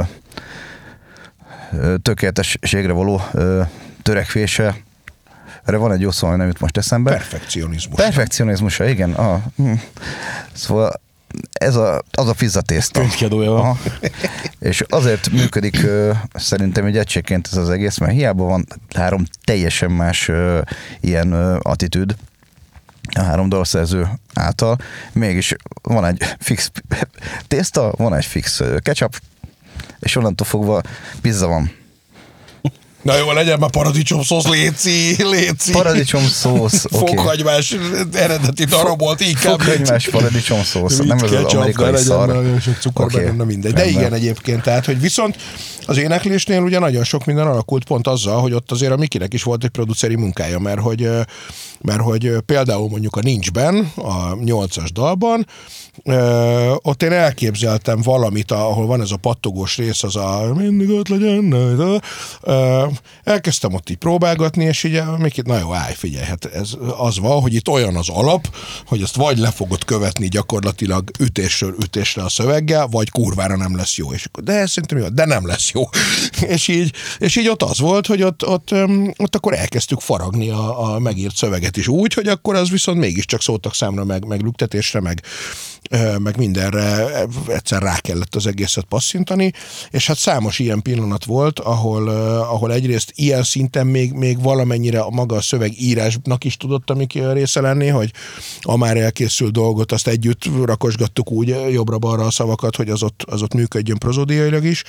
ö, tökéletességre való ö, törekvése. Erre van egy jó szó, ami nem jut most eszembe. Perfekcionizmus. Perfekcionizmusa, igen. Ah, hm. Szóval ez a, az a pizza tészta. Könyvkiadója van. És azért működik ö, szerintem egy egységként ez az egész, mert hiába van három teljesen más ö, ilyen ö, attitűd a három dalszerző által, mégis van egy fix tészta, van egy fix ketchup, és onnantól fogva pizza van. Na jó, legyen már paradicsomszósz, léci, léci. Paradicsomszósz, oké. Fokhagymás eredeti darabolt, inkább. Fokhagymás paradicsomszósz, nem ez az amerikai szar. Sok cukor Okay. benne, na mindegy. De igen, egyébként, tehát, hogy viszont az éneklésnél ugye nagyon sok minden alakult pont azzal, hogy ott azért a Mikinek is volt egy produceri munkája, mert hogy, mert hogy például mondjuk a Nincsben, a nyolcas dalban, Ö, ott én elképzeltem valamit, ahol van ez a pattogós rész, az a mindig ott legyen, ö, elkezdtem ott így próbálgatni, és így Miki, na jó, állj, figyelj, hát ez az van, hogy itt olyan az alap, hogy ezt vagy le fogod követni gyakorlatilag ütésről ütésre a szöveggel, vagy kurvára nem lesz jó. És akkor, de ez szerintem jó, de nem lesz jó. és, így, és így ott az volt, hogy ott, ott, ott akkor elkezdtük faragni a, a megírt szöveget is úgy, hogy akkor az viszont mégiscsak szóltak számra, meg, meg lüktetésre, meg meg mindenre egyszer rá kellett az egészet passzintani, és hát számos ilyen pillanat volt, ahol, ahol egyrészt ilyen szinten még, még valamennyire a maga a szövegírásnak is tudott a Miki része lenni, hogy a már elkészült dolgot azt együtt rakosgattuk úgy jobbra-balra a szavakat, hogy az ott, az ott működjön prozódiailag is.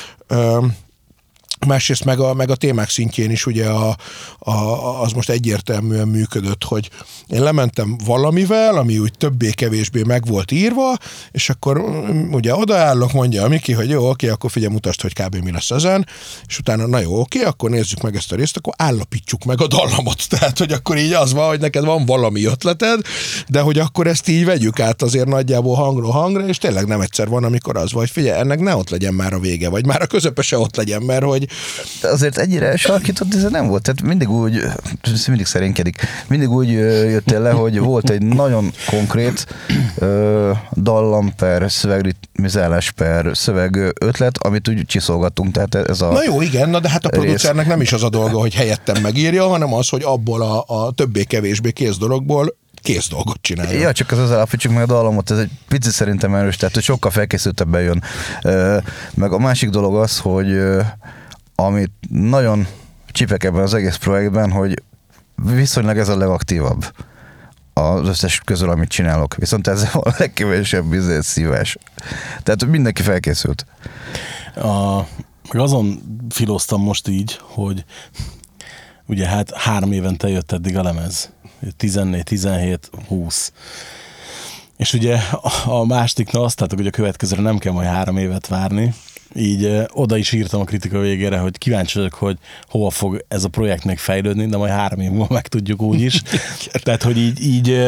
Másrészt meg a, meg a témák szintjén is ugye a, a, az most egyértelműen működött, hogy én lementem valamivel, ami úgy többé-kevésbé meg volt írva, és akkor ugye odaállok, mondja a Miki, hogy jó, oké, akkor figyelj, mutasd, hogy kb. Mi lesz ezen, és utána, na jó, oké, akkor nézzük meg ezt a részt, akkor állapítsuk meg a dallamot. Tehát, hogy akkor így az van, hogy neked van valami ötleted, de hogy akkor ezt így vegyük át azért nagyjából hangról hangra, és tényleg nem egyszer van, amikor az van, hogy figyelj, ennek ne ott legyen már a vége, vagy már a közepe se ott legyen, mert hogy de azért ennyire sarkított, ez nem volt. Tehát mindig úgy, mindig szerénykedik, mindig úgy jöttél le, hogy volt egy nagyon konkrét ö, dallam per szövegritmizálás per szöveg ötlet, amit úgy csiszolgattunk. Tehát ez a na jó, igen, na de hát a producernek nem is az a dolga, hogy helyettem megírja, hanem az, hogy abból a, a többé-kevésbé kész dologból kész dolgot csinálja. Ja, csak az az állapítsuk meg a dallamot, ez egy picit szerintem erős, tehát hogy sokkal felkészültebben jön. Ö, meg a másik dolog az, hogy ö, amit nagyon csipek ebben az egész projektben, hogy viszonylag ez a legaktívabb az összes közül, amit csinálok. Viszont ez a legkevesebb bizony szívás. Tehát mindenki felkészült. A, meg azon filóztam most így, hogy ugye hát három évente jött eddig a lemez. tizennégy, tizenhét, húsz. És ugye a másodiknál azt láttuk, hogy a következőre nem kell majd három évet várni. Így ö, oda is írtam a kritika végére, hogy kíváncsi vagyok, hogy hova fog ez a projekt még fejlődni, de majd három év múlva megtudjuk úgy is. Tehát, hogy így, így ö,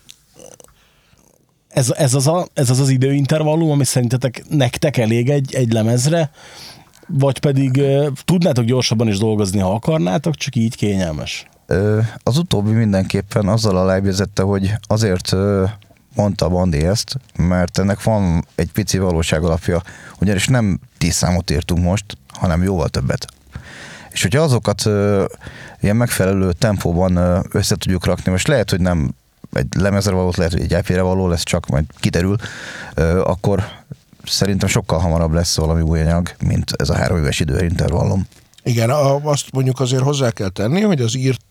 ez, ez, az a, ez az az időintervallum, ami szerintetek nektek elég egy, egy lemezre, vagy pedig ö, tudnátok gyorsabban is dolgozni, ha akarnátok, csak így kényelmes? Az utóbbi mindenképpen azzal alábbjegyezette, hogy azért mondta a Bandi ezt, mert ennek van egy pici valóság alapja, ugyanis nem tíz számot írtunk most, hanem jóval többet. És hogyha azokat ilyen megfelelő tempóban össze tudjuk rakni, most lehet, hogy nem egy lemezre való, lehet, hogy egy é pére való lesz, csak majd kiderül, akkor szerintem sokkal hamarabb lesz valami új anyag, mint ez a három éves időintervallum. Igen, azt mondjuk azért hozzá kell tenni, hogy az írt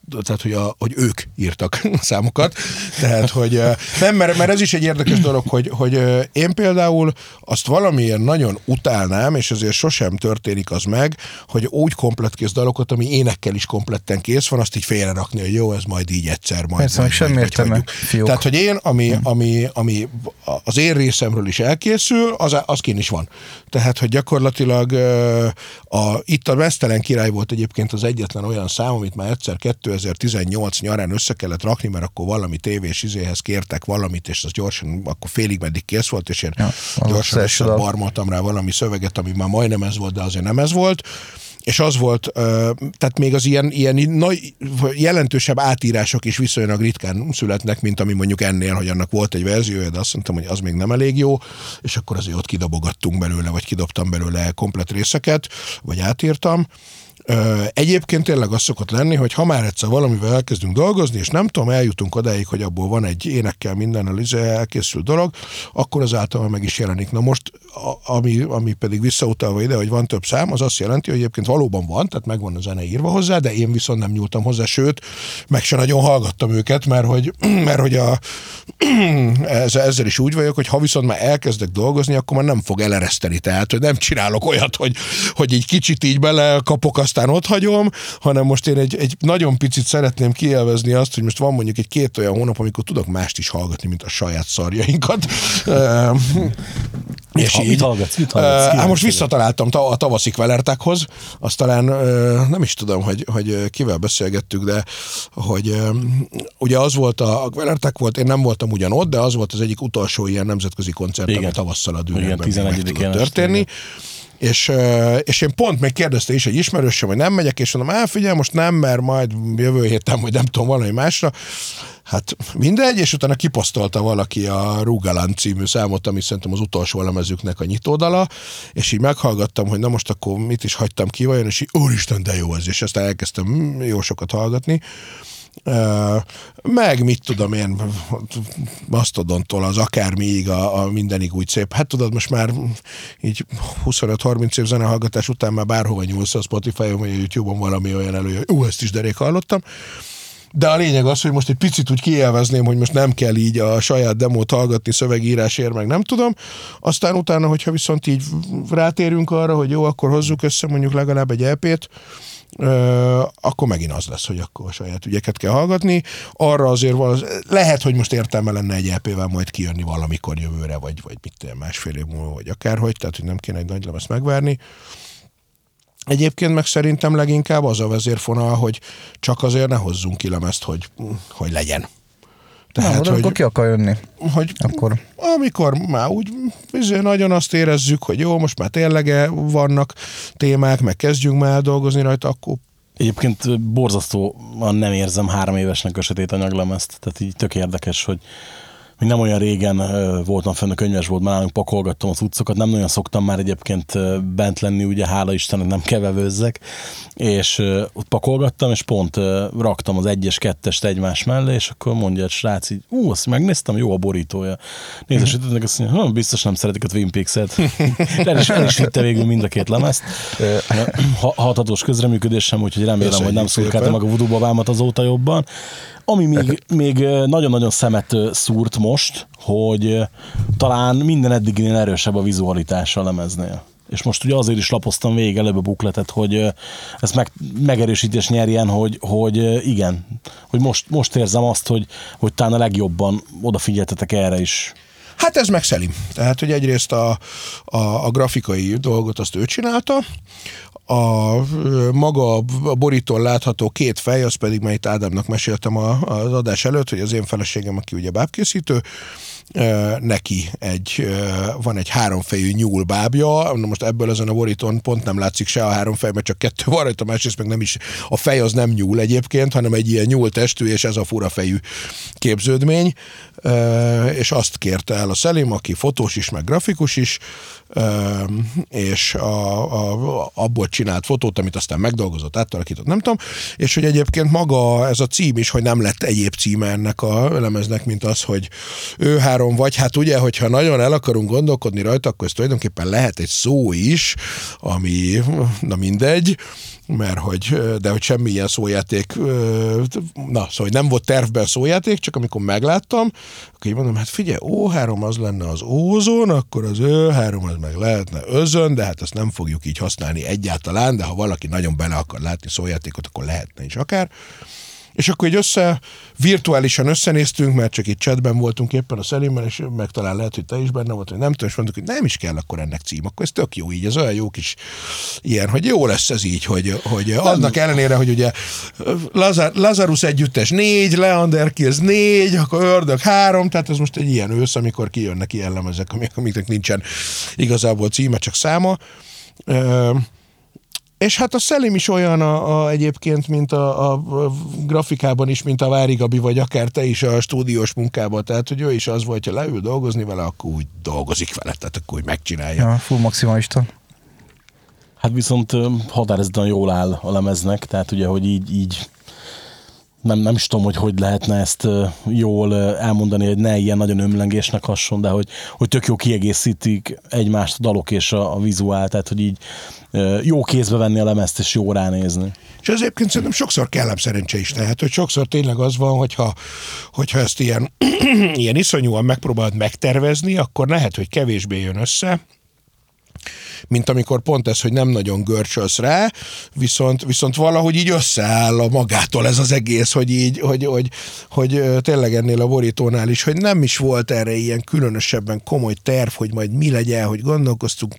tehát hogy, a, hogy ők írtak számokat. Tehát, hogy nem, mert, mert ez is egy érdekes dolog, hogy, hogy én például azt valamiért nagyon utálnám, és ezért sosem történik az meg, hogy úgy komplettkész dalokat, ami énekkel is kompletten kész van, azt így félrerakni, hogy jó, ez majd így egyszer, majd. Persze, majd, semmi értelme, fiúk. Tehát, hogy én, ami, ami, ami az én részemről is elkészül, az, az kín is van. Tehát, hogy gyakorlatilag a, itt a Meztelen király volt egyébként az egyetlen olyan szám, amit már egyszer kétezer-tizennyolc nyarán össze kellett rakni, mert akkor valami tévés izéhez kértek valamit, és az gyorsan, akkor félig meddig kész volt, és én ja, gyorsan összebarmoltam rá valami szöveget, ami már majdnem ez volt, de azért nem ez volt. És az volt, tehát még az ilyen, ilyen nagy, jelentősebb átírások is viszonylag ritkán születnek, mint ami mondjuk ennél, hogy annak volt egy verziója, de azt mondtam, hogy az még nem elég jó, és akkor azért ott kidobogattunk belőle, vagy kidobtam belőle komplett részeket, vagy átírtam. Egyébként tényleg az szokott lenni, hogy ha már egyszer valamivel elkezdünk dolgozni, és nem tudom, eljutunk odáig, hogy abból van egy énekkel mindennel elkészült dolog, akkor az általában meg is jelenik. Na most, ami, ami pedig visszautalva ide, hogy van több szám, az azt jelenti, hogy egyébként valóban van, tehát megvan a zene írva hozzá, de én viszont nem nyúltam hozzá, sőt, meg se nagyon hallgattam őket, mert hogy, mert hogy a, ezzel is úgy vagyok, hogy ha viszont már elkezdek dolgozni, akkor már nem fog elereszteni, tehát hogy nem csinálok olyat, hogy, hogy így kicsit így belekapok, aztán ott hagyom, hanem most én egy, egy nagyon picit szeretném kielvezni azt, hogy most van mondjuk egy két olyan hónap, amikor tudok mást is hallgatni, mint a saját szarjainkat. És mit, így, mit hallgatsz? Mit hallgatsz? Hát most visszataláltam a tavaszi kvelertákhoz, azt talán nem is tudom, hogy, hogy kivel beszélgettük, de hogy ugye az volt a, a kvelerták volt, én nem voltam ugyan ott, de az volt az egyik utolsó ilyen nemzetközi koncert, igen, ami tavasszal a Dűnerben meg tudott történni. És, és én pont megkérdezte is egy ismerősöm, hogy nem megyek, és mondom, elfigyelj, most nem, mert majd jövő héten, vagy nem tudom, valami másra. Hát mindegy, és utána kiposztolta valaki a Rugaland című számot, ami szerintem az utolsó lemezüknek a nyitódala, és így meghallgattam, hogy na most akkor mit is hagytam ki vajon, és így úristen, de jó az, és aztán elkezdtem jó sokat hallgatni. Uh, meg mit tudom én, Masztodontól az akármiig, a, a mindenig úgy szép. Hát tudod, most már így huszonöt-harminc év zenehallgatás után már bárhova nyúlsz a Spotify-on, vagy a YouTube-on valami olyan elő, hogy ú, ezt is derék hallottam. De a lényeg az, hogy most egy picit úgy kielvezném, hogy most nem kell így a saját demót hallgatni szövegírásért, meg nem tudom. Aztán utána, hogyha viszont így rátérünk arra, hogy jó, akkor hozzuk össze mondjuk legalább egy é pét, Uh, akkor megint az lesz, hogy akkor a saját ügyeket kell hallgatni. Arra azért van, lehet, hogy most értelme lenne egy é pével majd kijönni valamikor jövőre, vagy, vagy mit tudom, másfél év múlva, vagy akárhogy, tehát hogy nem kéne egy nagy lemezt megvárni. Egyébként meg szerintem leginkább az a vezérfonal, hogy csak azért ne hozzunk ki lemezt, hogy, hogy legyen. Tehát, nem, hogy, amikor ki akar jönni. Hogy akkor. Amikor már úgy nagyon azt érezzük, hogy jó, most már tényleg vannak témák, meg kezdjünk már dolgozni rajta, akkor... Egyébként borzasztóan nem érzem három évesnek a sötét anyaglemezt, tehát így tök érdekes, hogy még nem olyan régen voltam fenn a könyvesboltban, nálunk pakolgattam az utcokat, nem nagyon szoktam már egyébként bent lenni, ugye hála Istennek nem kevevőzzek, és ott pakolgattam, és pont raktam az egyes, kettest egymás mellé, és akkor mondja egy srác így, ú, azt megnéztem, jó a borítója. Nézesítettek, azt mondja, hm, biztos nem szeretik a Twin Peaks-et. el, is, el is vitte végül mind a két lemezt. Hathatós közreműködésem, úgyhogy remélem, hogy nem szurkáltam meg a voodoo babámat azóta jobban. Ami még, még nagyon-nagyon szemet szúrt most, hogy talán minden eddiginél erősebb a vizualitása a lemeznél. És most ugye azért is lapoztam végig előbb a bukletet, hogy ezt meg, megerősítés nyerjen, hogy, hogy igen, hogy most, most érzem azt, hogy, hogy talán a legjobban odafigyeltetek erre is. Hát ez meg Szelim. Tehát, hogy egyrészt a, a, a grafikai dolgot azt ő csinálta, a maga a borítón látható két fej, az pedig, mert itt Ádámnak meséltem a, az adás előtt, hogy az én feleségem, aki ugye bábkészítő, neki egy, van egy háromfejű nyúlbábja, most ebből ezen a borítón pont nem látszik se a három fej, mert csak kettő van rajta, másrészt meg nem is, a fej az nem nyúl egyébként, hanem egy ilyen nyúltestű, és ez a fura fejű képződmény, és azt kérte el a Szelim, aki fotós is, meg grafikus is, és a, a, abból csinált fotót, amit aztán megdolgozott, átalakított, nem tudom, és hogy egyébként maga ez a cím is, hogy nem lett egyéb címe ennek a lemeznek, mint az, hogy ő három három, vagy hát ugye, hogyha nagyon el akarunk gondolkodni rajta, akkor ez tulajdonképpen lehet egy szó is, ami, na mindegy, mert hogy, de hogy semmi ilyen szójáték, na, szóval nem volt tervben szójáték, csak amikor megláttam, akkor így mondom, hát figyelj, ó három az lenne az ózon, akkor az ö három az meg lehetne özön, de hát azt nem fogjuk így használni egyáltalán, de ha valaki nagyon bele akar látni szójátékot, akkor lehetne is akár. És akkor így össze, virtuálisan összenéztünk, mert csak itt chatben voltunk éppen a Szelimmel, és meg talán lehet, hogy te is benne volt, hogy nem tudom, és mondtuk, hogy nem is kell akkor ennek cím, akkor ez tök jó így, ez olyan jó kis ilyen, hogy jó lesz ez így, hogy, hogy annak ellenére, hogy ugye Lazar, Lazarus együttes négy, Leander Kills négy, akkor Ördög három, tehát ez most egy ilyen ősz, amikor kijönnek ilyen lemezek, amiknek nincsen igazából címe, csak száma. És hát a Szelim is olyan a, a, egyébként, mint a, a grafikában is, mint a Vári Gabi, vagy akár te is a stúdiós munkában. Tehát, hogy ő is az volt, ha leül dolgozni vele, akkor úgy dolgozik vele, tehát akkor úgy megcsinálja. Ja, full maximalista. Hát viszont határozottan jól áll a lemeznek, tehát ugye, hogy így, így nem, nem is tudom, hogy hogy lehetne ezt jól elmondani, hogy ne ilyen nagyon ömlengésnek hasson, de hogy, hogy tök jó kiegészítik egymást a dalok és a, a vizuál, tehát hogy így jó kézbe venni a lemezt és jó ránézni. És ez egyébként szerintem sokszor kellem szerencse is, tehát hogy sokszor tényleg az van, hogyha, hogyha ezt ilyen, ilyen iszonyúan megpróbálod megtervezni, akkor lehet, hogy kevésbé jön össze, mint amikor pont ez, hogy nem nagyon görcsölsz rá, viszont, viszont valahogy így összeáll a magától ez az egész, hogy így, hogy, hogy, hogy tényleg ennél a borítónál is, hogy nem is volt erre ilyen különösebben komoly terv, hogy majd mi legyen, hogy gondolkoztunk,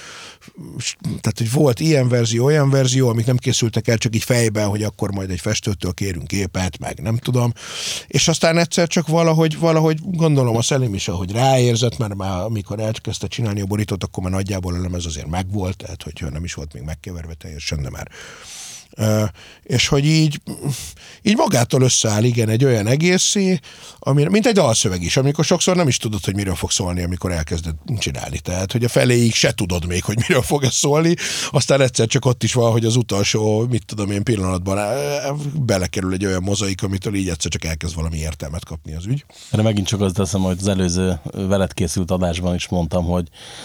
tehát, hogy volt ilyen verzió, olyan verzió, amik nem készültek el csak így fejben, hogy akkor majd egy festőtől kérünk képet, meg nem tudom. És aztán egyszer csak valahogy, valahogy gondolom a Szelim is, ahogy ráérzett, mert már amikor elkezdte csinálni a borítót, akkor már nagyjából a lemez azért megvolt, tehát hogyha nem is volt még megkeverve teljesen, de már Uh, és hogy így, így magától összeáll, igen, egy olyan egészé, amire, mint egy dalszöveg is, amikor sokszor nem is tudod, hogy miről fog szólni, amikor elkezded csinálni. Tehát, hogy a feléig se tudod még, hogy miről fog ez szólni, aztán egyszer csak ott is van, hogy az utolsó, mit tudom én, pillanatban belekerül egy olyan mozaik, amitől így egyszer csak elkezd valami értelmet kapni az ügy. De megint csak azt teszem, hogy az előző veled készült adásban is mondtam, hogy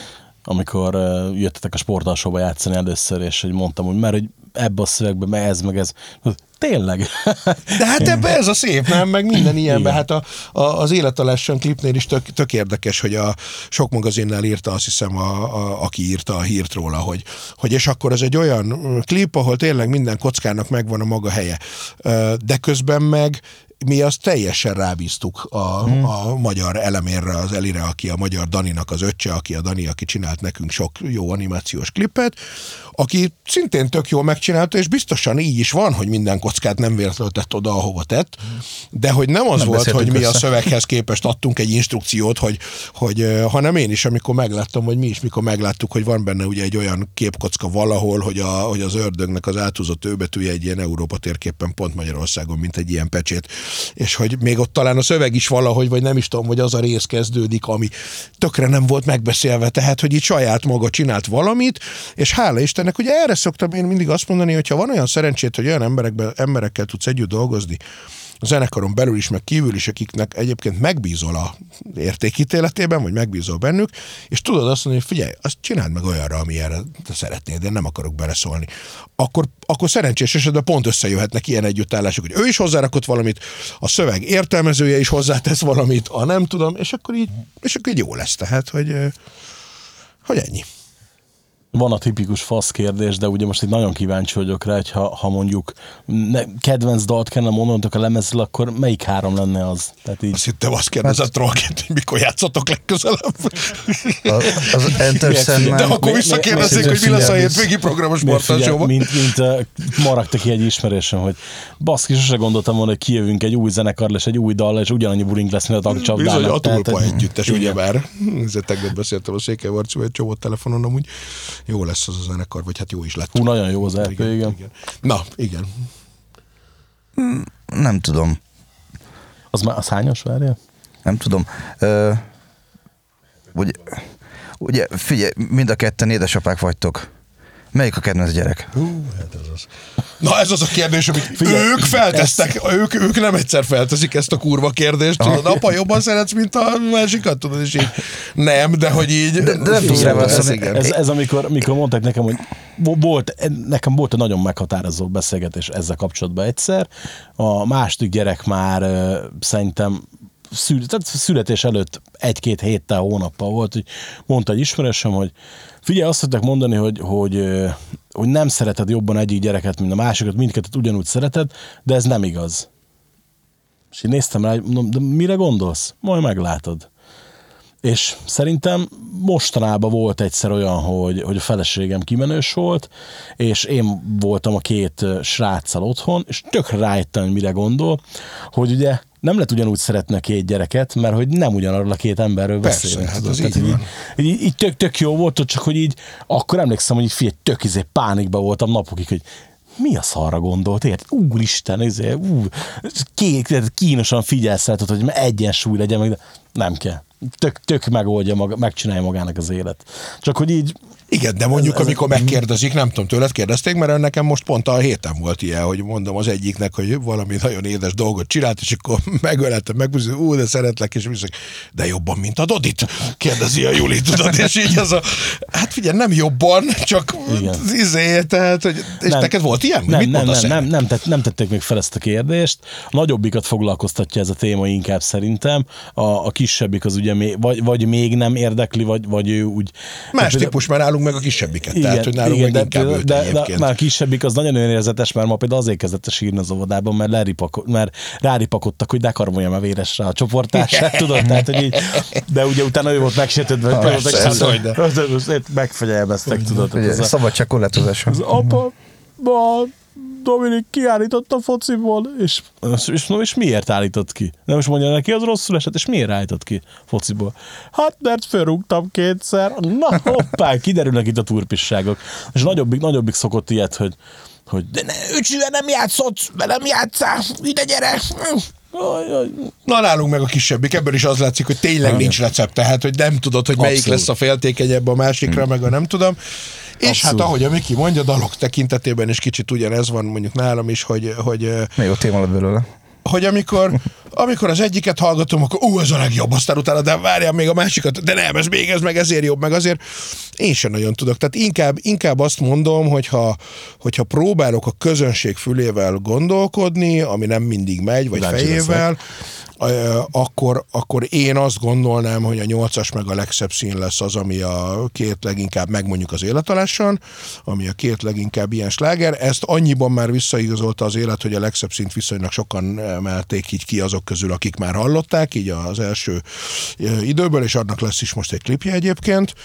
amikor jöttetek a sportalsóba játszani először, és hogy mondtam, hogy mert hogy ebbe a szövegbe, meg ez, meg ez. Tényleg. De hát ebbe ez a szép, nem? Meg minden ilyenben. Hát a, a, az Élet a Lassan klipnél is tök, tök érdekes, hogy a sok magazinnál írta, azt hiszem, a, a, aki írta a hírt róla, hogy, hogy és akkor ez egy olyan klip, ahol tényleg minden kockának megvan a maga helye. De közben meg mi azt teljesen rábíztuk a, hmm. a magyar elemérre, az Elire, aki a magyar Daninak az öccse, aki a Dani, aki csinált nekünk sok jó animációs klipet, aki szintén tök jól megcsinálta, és biztosan így is van, hogy minden kockát nem véletlenül tett oda, ahova tett, de hogy nem az nem volt, hogy mi össze. A szöveghez képest adtunk egy instrukciót, hogy, hogy hanem én is, amikor megláttam, vagy mi is, mikor megláttuk, hogy van benne ugye egy olyan képkocka valahol, hogy, a, hogy az ördögnek az átúzott őbetűje egy ilyen Európa térképen pont Magyarországon, mint egy ilyen pecsét, és hogy még ott talán a szöveg is valahogy, vagy nem is tudom, hogy az a rész kezdődik, ami tökre nem volt megbeszélve, tehát, hogy itt saját maga csinált valamit, és hála Istennek, ugye erre szoktam én mindig azt mondani, hogy ha van olyan szerencsét, hogy olyan emberekben, emberekkel tudsz együtt dolgozni, a zenekaron belül is, meg kívül is, akiknek egyébként megbízol a értékítéletében, vagy megbízol bennük, és tudod azt mondani, hogy figyelj, azt csináld meg olyanra, amilyenre te szeretnéd, én nem akarok beleszólni. Akkor, akkor szerencsés esetben pont összejöhetnek ilyen együttállások, hogy ő is hozzárakott valamit, a szöveg értelmezője is hozzátesz valamit, a nem tudom, és akkor így, és akkor így jó lesz, tehát, hogy, hogy ennyi. Van a tipikus fasz kérdés, de ugye most itt nagyon kíváncsi vagyok rá, hogy ha, ha mondjuk ne, kedvenc dalt kellene mondanotok a lemezről, akkor melyik három lenne az? Tehát így... Azt hittem, azt kérdezett Trollként, hogy mikor játszatok legközelebb. Az, az Enter Sandman... De akkor visszakérdezzék, hogy mi lesz a hétvégi programos sportalsóban. Mint, mint uh, maragta ki egy ismerősöm, hogy baszki, sose gondoltam volna, hogy kijövünk egy új zenekar, és egy új dal, és ugyanannyi bulink lesz, mint a tagcsapdának. Bizony, a Tulpa együttes, ugyebár. Tegnap beszéltem a Székely Marcival egy csomó telefonon amúgy. Jó lesz az a zenekar, vagy hát jó is lett. Hú, nagyon jó az é pé, igen, igen. igen. Na, igen. Nem tudom. Az már az hányos, várjál? Nem tudom. Ö, ugye, ugye, figyelj, mind a ketten édesapák vagytok. Melyik a kedvenc gyerek? Hú, hát ez az. Na ez az a kérdés, amit Figyelj, ők feltesztek, ezt... ők, ők nem egyszer felteszik ezt a kurva kérdést, tudod, apa jobban szeretsz, mint a másikat, tudod, és így nem, de hogy így... De, de nem tudsz ez, ez, ez amikor, amikor mondták nekem, hogy volt, nekem volt egy nagyon meghatározó beszélgetés ezzel kapcsolatban egyszer, a második gyerek már uh, szerintem szül, tehát születés előtt egy-két héttel, hónappal volt, hogy mondta egy ismerősöm, hogy figyelj, azt tudták mondani, hogy, hogy, hogy nem szereted jobban egyik gyereket, mint a másikat, mindkettőt ugyanúgy szereted, de ez nem igaz. És én néztem rá, mondom, de mire gondolsz? Majd meglátod. És szerintem mostanában volt egyszer olyan, hogy, hogy a feleségem kimenős volt, és én voltam a két sráccal otthon, és tökre rájöttem, hogy mire gondol, hogy ugye nem lehet ugyanúgy szeretni a két gyereket, mert hogy nem ugyanarról a két emberről beszélünk. Persze, hát az így van. Így, így, így tök, tök jó volt, csak hogy így, akkor emlékszem, hogy így figyelj, tök izé pánikba voltam napokig, hogy mi a szarra gondolt, érted? Úristen, izé, ú, kínosan figyelsz rá, hogy egyensúly legyen, meg, de nem kell. Tök, tök megoldja, maga, megcsinálja magának az élet. Csak hogy így... Igen, de mondjuk, ez, ez amikor ez... megkérdezik, nem tudom, tőled kérdezték, mert nekem most pont a héten volt ilyen, hogy mondom az egyiknek, hogy valami nagyon édes dolgot csinált, és akkor megöleltem, megmondom, ú, de szeretlek, és viszont, de jobban, mint a Dodit, kérdezi a Juli, tudod, és így az a, hát figyelj, nem jobban, csak izé, tehát, hogy, és nem, neked volt ilyen? Nem, Mit nem, nem, nem, nem, tett, nem tették még fel ezt a kérdést. A nagyobbikat foglalkoztatja ez a téma inkább szerintem. A, a kisebbik az ugye még, vagy, vagy még nem érdekli, vagy, vagy ő úgy... Más típus már nálunk meg a kisebbiket, igen, tehát hogy nálunk igen, meg inkább de, őt de, egyébként. De, már a kisebbik az nagyon önérzetes, mert ma például azért kezdett a sírni az óvodában, mert, leripako, mert ráripakodtak, hogy ne karmoljam a véresre a csoporttársát, tudod? Tehát, hogy így, de ugye utána ő volt megsértődve, hogy megfegyelmeztek, tudod? Szabadság korlátozása. Az apa, ma Dominik kiállított a fociból, és, és, és miért állított ki? Nem is mondja neki, az rosszul esett, és miért állított ki fociból? Hát, mert fölrúgtam kétszer. Na, hoppá, kiderülnek itt a turpisságok. És nagyobbik, nagyobbik szokott ilyet, hogy, hogy de ne, öcsivel nem játszott, velem játszál, ide gyere. Na, nálunk meg a kisebbik, ebből is az látszik, hogy tényleg ha, nincs recept, tehát, hogy nem tudod, hogy melyik abszolút lesz a féltékenyebb a másikra, hmm. meg a nem tudom. És abszolút. Hát ahogy a Miki mondja, dalok tekintetében is kicsit ugyanez van mondjuk nálam is, hogy... hogy még a téma lett belőle. Hogy amikor, amikor az egyiket hallgatom, akkor ú, ez a legjobb, aztán utána, de várjál még a másikat, de nem, ez még ez, meg ezért jobb, meg azért én sem nagyon tudok. Tehát inkább, inkább azt mondom, hogyha, hogyha próbálok a közönség fülével gondolkodni, ami nem mindig megy, vagy Láncsi fejével, leszek. Akkor, akkor én azt gondolnám, hogy a nyolcas meg a legszebb szín lesz az, ami a két leginkább megmondjuk az életaláson, ami a két leginkább ilyen sláger. Ezt annyiban már visszaigazolta az élet, hogy a legszebb színt viszonylag sokan emelték így ki azok közül, akik már hallották, így az első időből, és annak lesz is most egy klipje egyébként.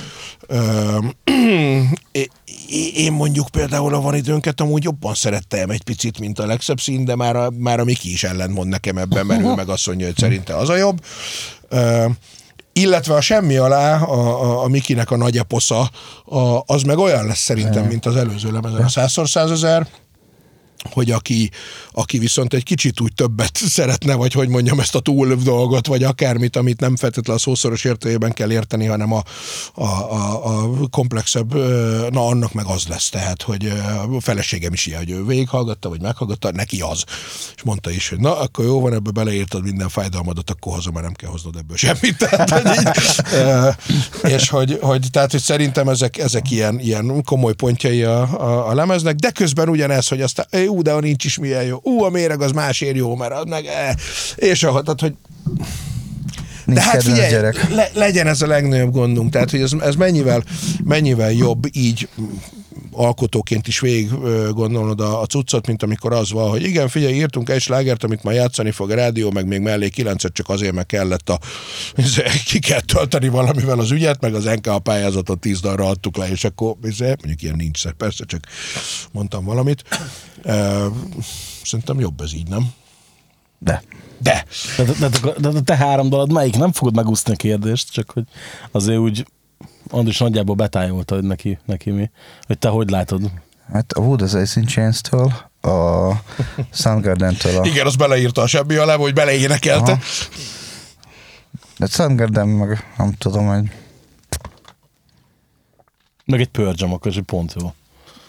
Én mondjuk például a Van időnket amúgy jobban szerettem egy picit, mint a legszebb szín, de már a, már a Miki is ellentmond nekem ebben, mert ő meg azt mondja, hogy szerinte az a jobb. Uh, illetve a semmi alá a, a, a Mikinek a nagy eposza, a, az meg olyan lesz szerintem, mint az előző lemezen a százszor százezer, hogy aki, aki viszont egy kicsit úgy többet szeretne, vagy hogy mondjam ezt a túl dolgot, vagy akármit, amit nem feltétlenül a szószoros értelmében kell érteni, hanem a, a, a, a komplexebb, na annak meg az lesz, tehát, hogy a feleségem is ilyen, hogy ő végighallgatta, vagy meghallgatta, neki az. És mondta is, hogy na, akkor jó van, ebbe beleírtad minden fájdalmadat, akkor haza már nem kell hoznod ebből semmit. Tehát, hogy így, és hogy, hogy, tehát, hogy szerintem ezek, ezek ilyen, ilyen komoly pontjai a, a, a lemeznek, de közben ugyanez, hogy aztán ú, de nincs is milyen jó. Ú, a méreg az másért jó, mert az meg... Eh. És ahogy, tehát, hogy... Nincs de hát figyelj, gyerek. Le, legyen ez a legnagyobb gondunk. Tehát, hogy ez, ez mennyivel, mennyivel jobb így alkotóként is végig gondolnod a, a cuccot, mint amikor az van, hogy igen, figyelj, írtunk egy slágert, amit már játszani fog a rádió, meg még mellé kilencet, csak azért, meg kellett a... ki kell tölteni valamivel az ügyet, meg az en ká á pályázatot tíz dalra adtuk le, és akkor mondjuk ilyen nincs, persze, csak mondtam valamit. Szerintem jobb ez így, nem? De. De. De, de, de, de, de te három dalad melyik? Nem fogod megúszni a kérdést, csak hogy azért úgy Andris nagyjából betájolta, hogy neki, neki mi. Hogy te hogy látod? Hát a Wood az Alice in Chains-től, a Soundgarden-től a... Igen, az beleírta a semmi alá, hogy beleénekelte. Aha. De Soundgarden meg nem tudom, hogy... Meg egy Pearl Jam, akkor pont jó.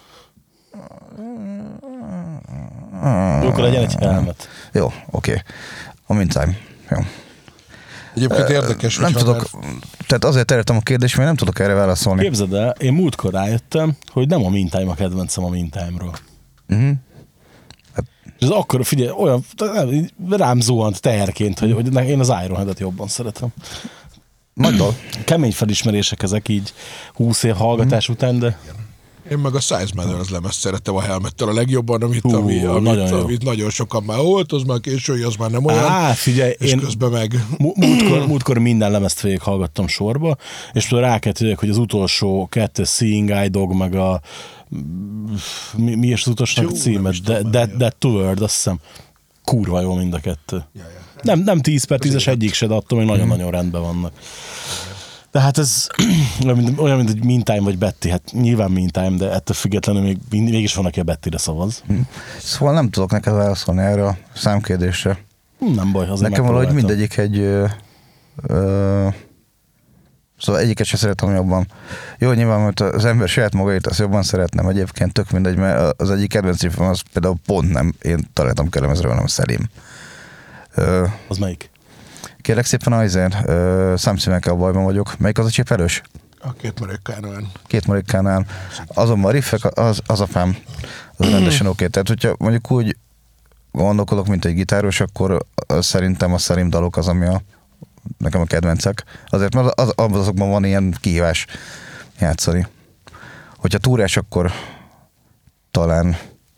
Akkor legyen egy helmet. Jó, oké. Okay. A Meantime. Jó. Egyébként érdekes, nem hogy tudok, már... tehát azért terültem a kérdést, mert nem tudok erre válaszolni. Képzeld el, én múltkor rájöttem, hogy nem a Meantime a kedvencem a Meantime-ról. Uh-huh. Hát... És ez akkor, figyelj, olyan rám zuhant teherként, hogy, hogy én az Ironhead-et jobban szeretem. Nagy dal. Kemény felismerések ezek így húsz év hallgatás uh-huh. után, de... Én meg a Size Matters lemezt szerettem a Helmettel a legjobban, amit, Hú, ami, amit, nagyon, amit nagyon sokan már volt, az már késői, az már nem olyan. Á, figyelj, és én közben meg... Múltkor, múltkor minden lemezt végig hallgattam sorba, és például rákeltődök, hogy az utolsó kettő Seeing Eye Dog, meg a mi, mi is az utolsónak címet? Dead Dead to World, azt hiszem. Kurva jó mind a kettő. Ja, ja. Nem, nem tíz per tízes egyik se, de attól még nagyon-nagyon rendben vannak. Tehát ez olyan, mint, olyan, mint egy Meantime vagy Betty, hát nyilván Meantime, de ettől függetlenül még, mégis van, aki a Bettyre szavaz. Hmm. Szóval nem tudok neked válaszolni erre a számkérdésre. Nem baj, azért nekem valahogy mindegyik egy... Ö, ö, szóval egyiket sem szeretem jobban. Jó, nyilván, mert az ember saját magait azt jobban szeretnem, egyébként tök mindegy, mert az egyik kedvenc riffem az például pont nem én találtam kellemezről, hanem Szelim. Ö, az melyik? Kérlek szépen, Aizen, számszínekkel bajban vagyok. Melyik az a csipelős? A két marékkánál. Két marékkánál. Azonban a riffek, az, az a fám, az rendesen oké. Okay. Tehát, hogyha mondjuk úgy gondolkodok, mint egy gitáros, akkor szerintem a Szelim dalok az, ami a, nekem a kedvencek. Azért, mert az, azokban van ilyen kihívás játszani. Hogyha túrás, akkor talán...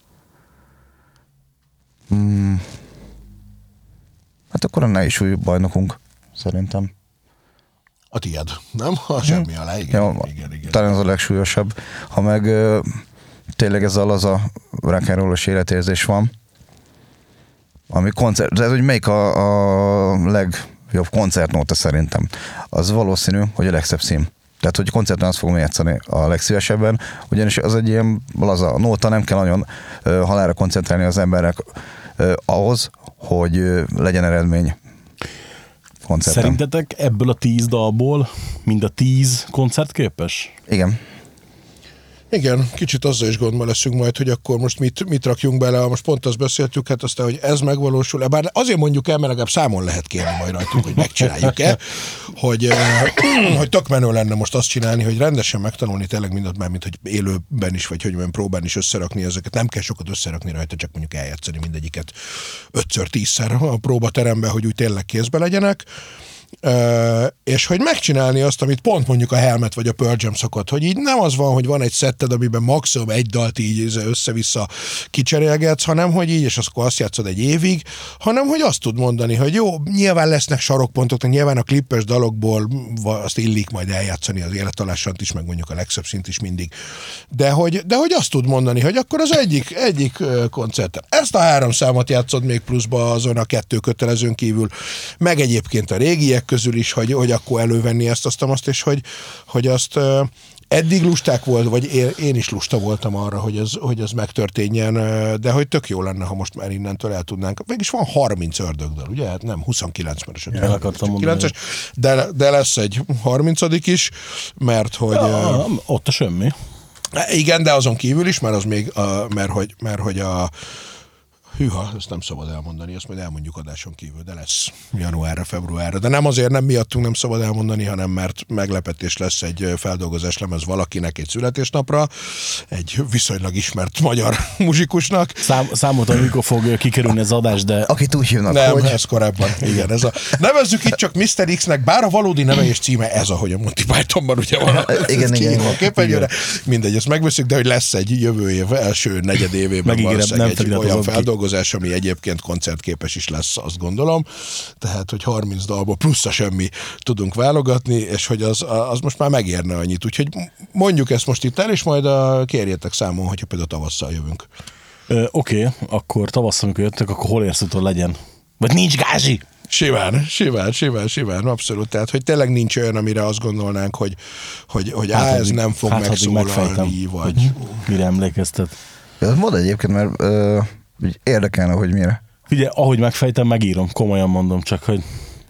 Hmm, hát akkor a ne is új bajnokunk, szerintem. A tiéd, nem? Ha semmi alá, igen, ja, igen, igen. Talán az a legsúlyosabb. Ha meg ö, tényleg ezzel az a rock and roll-os életérzés van, ami koncert, ez hogy melyik a, a legjobb koncertnóta szerintem, az valószínű, hogy a legszebb szín. Tehát, hogy koncerten azt fogom játszani a legszívesebben, ugyanis az egy ilyen laza nóta, nem kell nagyon ö, halálra koncentrálni az emberek ö, ahhoz, hogy ö, legyen eredmény koncerten. Szerintetek ebből a tíz dalból mind a tíz koncert képes? Igen. Igen, kicsit azzal is gondban leszünk majd, hogy akkor most mit, mit rakjunk bele, most pont azt beszéltük, hát aztán, hogy ez megvalósul, bár azért mondjuk el, mert legalább számon lehet kérni majd rajtunk, hogy megcsináljuk-e, hogy, hogy tök menő lenne most azt csinálni, hogy rendesen megtanulni tényleg mindent már, mint hogy élőben is, vagy hogy mondjam, próbán is összerakni ezeket. Nem kell sokat összerakni rajta, csak mondjuk eljátszani mindegyiket ötször, tízszer a próbateremben, hogy úgy tényleg kézbe legyenek. Uh, és hogy megcsinálni azt, amit pont mondjuk a Helmet vagy a Pearl Jam szokott, hogy így nem az van, hogy van egy szetted, amiben maximum egy dalt így össze-vissza kicserélgetsz, hanem hogy így, és akkor azt játszod egy évig, hanem hogy azt tud mondani, hogy jó, nyilván lesznek sarokpontok, nyilván a klippes dalokból azt illik majd eljátszani az élettalássant is, meg mondjuk a legszebb szint is mindig. De hogy, de hogy azt tud mondani, hogy akkor az egyik, egyik koncerten ezt a három számot játszod még pluszba azon a kettő kötelezőn kívül, meg egyébként a régiek közül is, hogy, hogy akkor elővenni ezt, azt, azt és hogy, hogy azt uh, eddig lusták volt, vagy én, én is lusta voltam arra, hogy ez, hogy ez megtörténjen, uh, de hogy tök jó lenne, ha most már innentől el tudnánk. Mégis van harminc ördögdal, ugye? Hát nem, huszonkilenc, mert esetleg. El akartam mondani. De, de lesz egy harmincadik is, mert hogy... Ja, uh, ott a semmi. Igen, de azon kívül is, mert az még, uh, mert, hogy, mert hogy a hűha, ezt nem szabad elmondani, ezt majd elmondjuk adáson kívül, de lesz januárra, februárra. De nem azért, nem miattunk nem szabad elmondani, hanem mert meglepetés lesz egy feldolgozás lemez valakinek egy születésnapra, egy viszonylag ismert magyar muzsikusnak. Szám, számoltam, mikor fog kikerülni az adás, de... Akit úgy hívnak, nem, hogy... ez korábban. Igen, ez a... Nevezzük itt csak miszter X-nek, bár a valódi neve és címe ez, ahogy a Monty Pythonban ugye van. Igen, igen, a képernyőre. Mindegy, ezt megveszünk, de hogy lesz egy jövő év első negyed évében valószínűleg egy olyan feldolgozás, ami egyébként koncertképes is lesz, azt gondolom. Tehát, hogy harminc dalból plusz a semmi tudunk válogatni, és hogy az, az most már megérne annyit. Úgyhogy mondjuk ezt most itt el, és majd a, kérjétek számon, hogyha például tavasszal jövünk. Oké, okay, akkor tavasszal, amikor jöttek, akkor hol érsz utol legyen? Vagy nincs gázsi? Simán, simán, simán, simán, abszolút. Tehát, hogy tényleg nincs olyan, amire azt gondolnánk, hogy, hogy, hogy hát, á, ez nem fog hát, megszólalni, vagy... Uh-huh. Mire emlékeztet? Ez mondd egyébként, mert uh, érdekelne, hogy mire. Ugye, ahogy megfejtem, megírom, komolyan mondom, csak hogy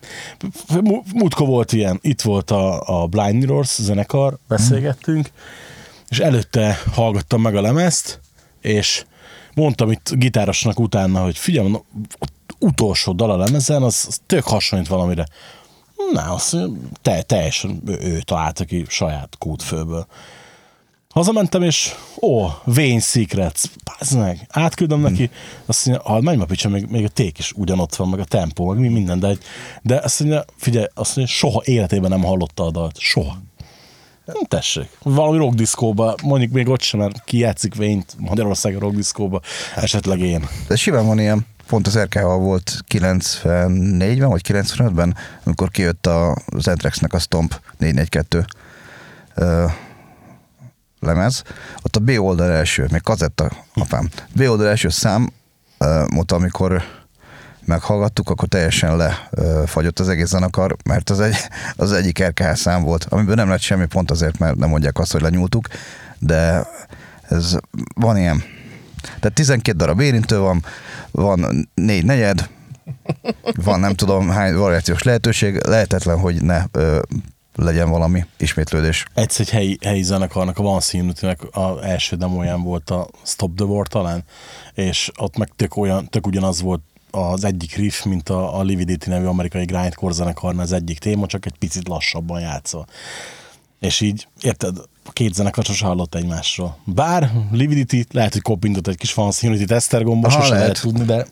múltkor volt ilyen, itt volt a, a Blind Mirrors zenekar, beszélgettünk, és előtte hallgattam meg a lemezt, és mondtam itt gitárosnak utána, hogy figyelj, no, utolsó dal a lemezen, az, az tök hasonlít valamire. Na, azt te, teljesen ő, ő találta ki saját kódfőből. Hazamentem, és ó, Wayne Secrets, bazd meg, átküldöm hmm. neki, azt mondja, ha menj ma picsa, még, még a ték is ugyanott van, meg a tempó, meg minden, de, de azt mondja, figyelj, azt mondja, soha életében nem hallotta a dalt, soha. Tessék, valami rockdiszkóba, mondjuk még ott sem, mert ki játszik Wayne-t Magyarországon rockdiszkóba, esetleg én. De simán van ilyen, pont az er ká há volt kilencvennégyben vagy kilencvenötben, amikor kijött az Anthraxnek a Stomp négy négy kettő uh, lemez, ott a B oldal első, még kazetta, apám, B oldal első szám, uh, ott amikor meghallgattuk, akkor teljesen lefagyott az egész zenekar, mert az, egy, az egyik er ká há szám volt, amiből nem lett semmi, pont azért, mert nem mondják azt, hogy lenyúltuk, de ez van ilyen. Tehát tizenkét darab érintő van, van négy negyed, van nem tudom hány variációs lehetőség, lehetetlen, hogy ne ö, legyen valami ismétlődés. Egyszer egy helyi, helyi zenekarnak, a One Unity-nek az első demóján volt a Stop the War talán, és ott meg tök, olyan, tök ugyanaz volt az egyik riff, mint a, a Lividity nevű amerikai grindcore zenekarnál az egyik téma, csak egy picit lassabban játszol. És így, érted, a két zenekar sose hallott egymásról. Bár Lividity lehet, hogy koppintott egy kis Fancy Unity tesztergomba, sose lehet. lehet tudni, de...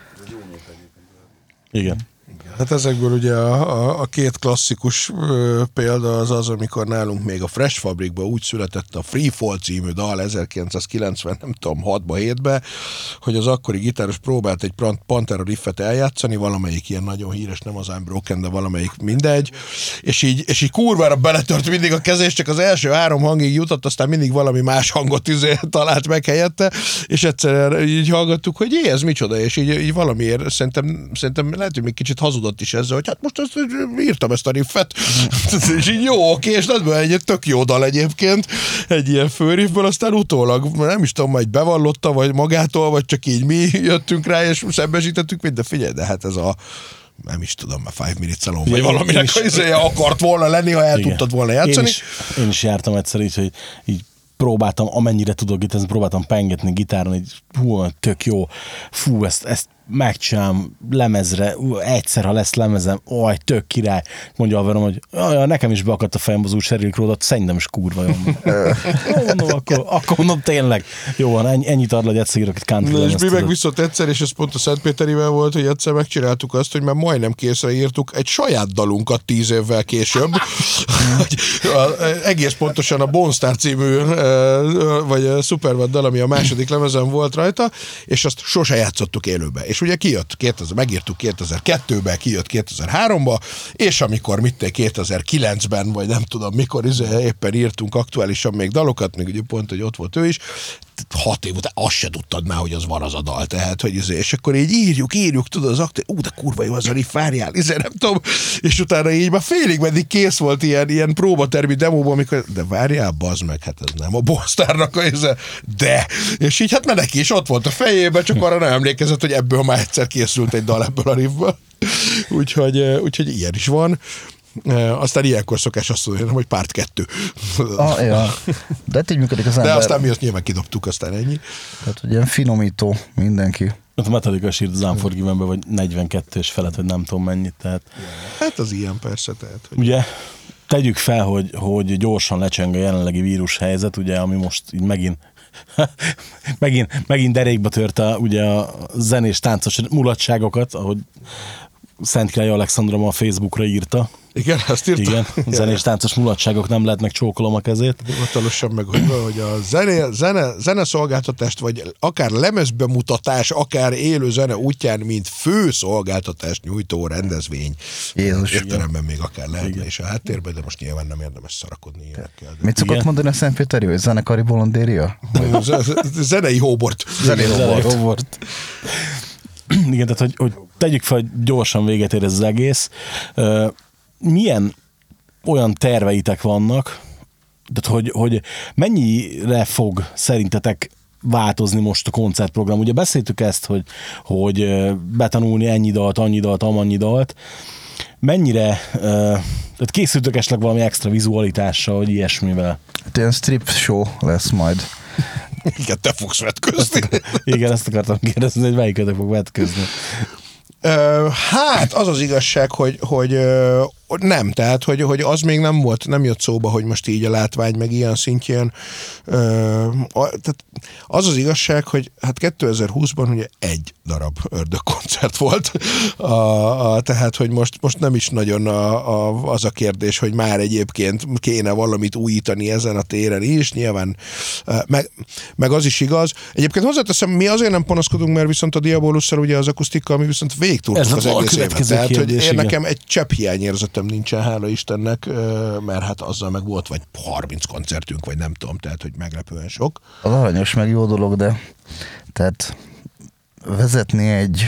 Igen. Hát ezekből ugye a, a, a két klasszikus ö, példa az az, amikor nálunk még a Fresh Fabricban úgy született a Free Fall című dal ezerkilencszázkilencven, nem tudom, hatba, hétbe, hogy az akkori gitáros próbált egy Pantera riffet eljátszani, valamelyik ilyen nagyon híres, nem az Unbroken, de valamelyik mindegy, és így, és így kurvára beletört mindig a kezés, csak az első három hangig jutott, aztán mindig valami más hangot izé talált meg helyette, és egyszerűen így hallgattuk, hogy jé, ez micsoda, és így, így valamiért szerintem, szerintem lehet, hogy még kicsit hazudott is ezzel, hogy hát most ezt, írtam ezt a riffet, és így jó, oké, és lett be egy tök jó dal egyébként, egy ilyen főriffből, aztán utólag, nem is tudom, majd bevallotta, vagy magától, vagy csak így mi jöttünk rá, és szembesítettük mind, de figyelj, de hát ez a nem is tudom, már Five Minutes Alone, vagy valaminek is akart volna lenni, ha el igen. tudtad volna játszani. Én is, én is jártam egyszer így, hogy így próbáltam, amennyire tudok gitározni, próbáltam pengetni gitáron, így hú, tök jó, fú, ezt, ezt megcsinálom lemezre, egyszer, ha lesz lemezem, oj, tök király. Mondja haverom, hogy jaj, nekem is beakadt a fejembe az új Sheryl Crow-ot, szerintem is kurva jó. mondom, akkor, akkor mondom, tényleg, jó van, ennyi, ennyit ad le, hogy egyszer írok egy country lemezt. És mi meg viszont egyszer, és ez pont a Szentpéterivel volt, hogy egyszer megcsináltuk azt, hogy már majdnem készre írtuk egy saját dalunkat tíz évvel később. Egész pontosan a Bone Star című, vagy a Superbad dal, ami a második lemezen volt rajta, és azt sose játszottuk élőbe. És ugye kijött, kétezer, megírtuk kétezer-kettőben, kijött kétezer-háromba, és amikor mit kétezer-kilencben, vagy nem tudom mikor éppen írtunk aktuálisan még dalokat, még ugye pont, hogy ott volt ő is, hat év után azt se tudtad már, hogy az van az a dal, tehát, hogy izé, és akkor így írjuk, írjuk, tudod, az aktuál, ú, de kurva jó az a riff, várjál, izé, nem tudom, és utána így már félig meddig kész volt ilyen, ilyen próbatermi demóban, amikor, de várjál, bazd meg, hát ez nem a Bone Starnak a izé, de, és így hát neki is ott volt a fejében, csak arra nem emlékezett, hogy ebből már egyszer készült egy dal ebből a riffből. Úgyhogy, úgyhogy ilyen is van. E, aztán ilyenkor szokás azt mondani, hogy párt kettő. Ah, ja. De így működik az ember. ember. De aztán mi azt nyilván kidobtuk, aztán ennyi. Tehát, hogy ilyen finomító mindenki. Hát a Metallica sírt az Unforgiven-be, vagy negyvenkettő és felett, hogy nem tudom mennyit. Tehát... Hát az ilyen persze. Tehát, hogy... Ugye tegyük fel, hogy, hogy gyorsan lecseng a jelenlegi vírushelyzet, ugye, ami most így megint megint, megint derékba tört a, ugye a zenés táncos mulatságokat, ahogy Szentkirály Alexandra ma a Facebookra írta. Igen, azt írta? Igen, zenés táncos mulatságok nem lehetnek, csókolom a kezét. Hivatalosan meg, hogy, hogy a zene, zene, zeneszolgáltatást, vagy akár lemezbemutatás, akár élő zene útján, mint fő szolgáltatást nyújtó rendezvény. Jézus. Értelemben még akár lehetne is a háttérben, de most nyilván nem érdemes szarakodni ilyenekkel. De... Mit szokott igen. mondani a Szentpéteri, hogy zenekari bolondéria? Zenei hóbort. Zenei hóbort. Igen, tehát hogy, hogy tegyük fel, hogy gyorsan véget ér ez az egész. Milyen olyan terveitek vannak, tehát hogy, hogy mennyire fog szerintetek változni most a koncertprogram? Ugye beszéltük ezt, hogy, hogy betanulni ennyi dalt, annyi dalt, amannyi dalt. Mennyire, tehát készültök esetleg valami extra vizualitással, vagy ilyesmivel? Hát ilyen strip show lesz majd. Igen, te fogsz vetközni. Igen, ezt akartam kérdezni, hogy melyiket fog vetközni. Hát az az igazság, hogy, hogy nem, tehát hogy, hogy az még nem volt, nem jött szóba, hogy most így a látvány meg ilyen szintjén. Tehát az az igazság, hogy hát kétezer-húszban ugye egy darab ördögkoncert volt, a, a, tehát hogy most, most nem is nagyon a, a, az a kérdés, hogy már egyébként kéne valamit újítani ezen a téren is, nyilván meg, meg az is igaz. Egyébként hozzáteszem, mi azért nem panaszkodunk, mert viszont a Diabolusszal ugye az akusztika, ami viszont végigtúrtuk az egész évet. Tehát, hogy én nekem egy csepp hiányérzetem nincsen, hála Istennek, mert hát azzal meg volt vagy harminc koncertünk, vagy nem tudom, tehát hogy meglepően sok. Az aranyos meg jó dolog, de tehát vezetni egy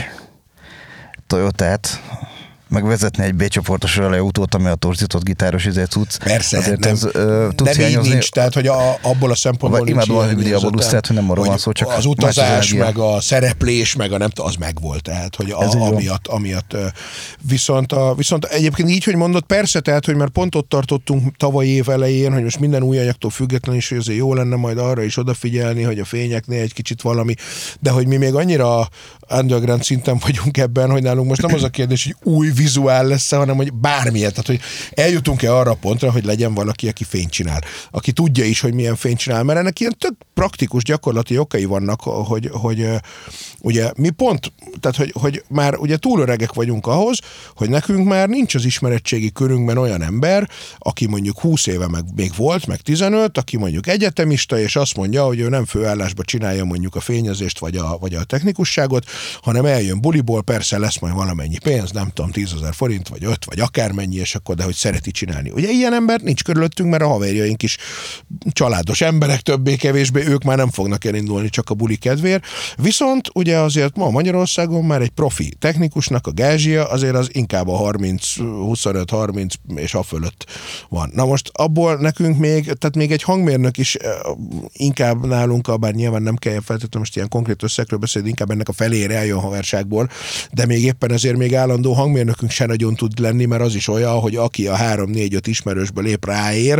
Toyotát, meg vezetni egy B-csoportos rallyautót, ami a torzított gitáros izé cucc. Persze, azért nem, ez, ö, tudsz nem így nincs, tehát hogy a, abból a szempontból nincs imádom ilyen a Diabolus, tehát hogy nem arról van szó, csak az utazás, meg a szereplés, meg a nem tudom, az megvolt, tehát hogy a, amiatt, amiatt viszont, a, viszont egyébként így, hogy mondod, persze, tehát, hogy már pont ott tartottunk tavaly év elején, hogy most minden új anyagtól függetlenül is, hogy azért jó lenne majd arra is odafigyelni, hogy a fényeknél egy kicsit valami, de hogy mi még annyira underground szinten vagyunk ebben, hogy nálunk most nem az a kérdés, hogy új vizuál lesz, hanem hogy bármilyen, tehát hogy eljutunk-e arra a pontra, hogy legyen valaki, aki fényt csinál, aki tudja is, hogy milyen fényt csinál, mert ennek ilyen tök praktikus, gyakorlati okai vannak, hogy, hogy ugye mi pont, tehát hogy, hogy már ugye túl öregek vagyunk ahhoz, hogy nekünk már nincs az ismeretségi körünkben olyan ember, aki mondjuk húsz éve meg még volt, meg tizenöt, aki mondjuk egyetemista, és azt mondja, hogy ő nem főállásba csinálja mondjuk a fényezést, vagy a, vagy a technikusságot, hanem eljön buliból, persze lesz majd valamennyi pénz, nem tudom, tízezer forint, vagy öt, vagy akármennyi, és akkor, de hogy szereti csinálni. Ugye ilyen ember nincs körülöttünk, mert a haverjaink is családos emberek, többé-kevésbé, ők már nem fognak elindulni csak a buli kedvéért. Viszont ugye azért ma Magyarországon már egy profi technikusnak a gázsia azért az inkább a harminc, huszonöt, harminc és a fölött van. Na most abból nekünk még, tehát még egy hangmérnök is inkább nálunk, bár nyilván nem kell feltétlenül most ilyen konkrét összegről beszélni, inkább ennek a felére eljön haverságból, de még éppen ezért még állandó hangmérnökünk se nagyon tud lenni, mert az is olyan, hogy aki a három, négy, öt ismerősből épp ráér,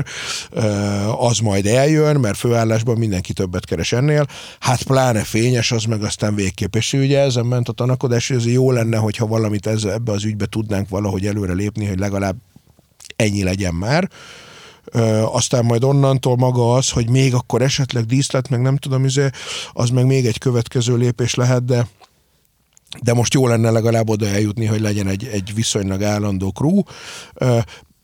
az majd eljön, mert főállásban mindenki többet keres ennél. Hát pláne fényes, az meg aztán végképp. És ugye ezen ment a tanakodás, hogy ez jó lenne, hogyha valamit ezzel, ebbe az ügybe tudnánk valahogy előre lépni, hogy legalább ennyi legyen már. Ö, aztán majd onnantól maga az, hogy még akkor esetleg díszlet, meg nem tudom, az meg még egy következő lépés lehet, de de most jó lenne legalább oda eljutni, hogy legyen egy, egy viszonylag állandó crew. Ö,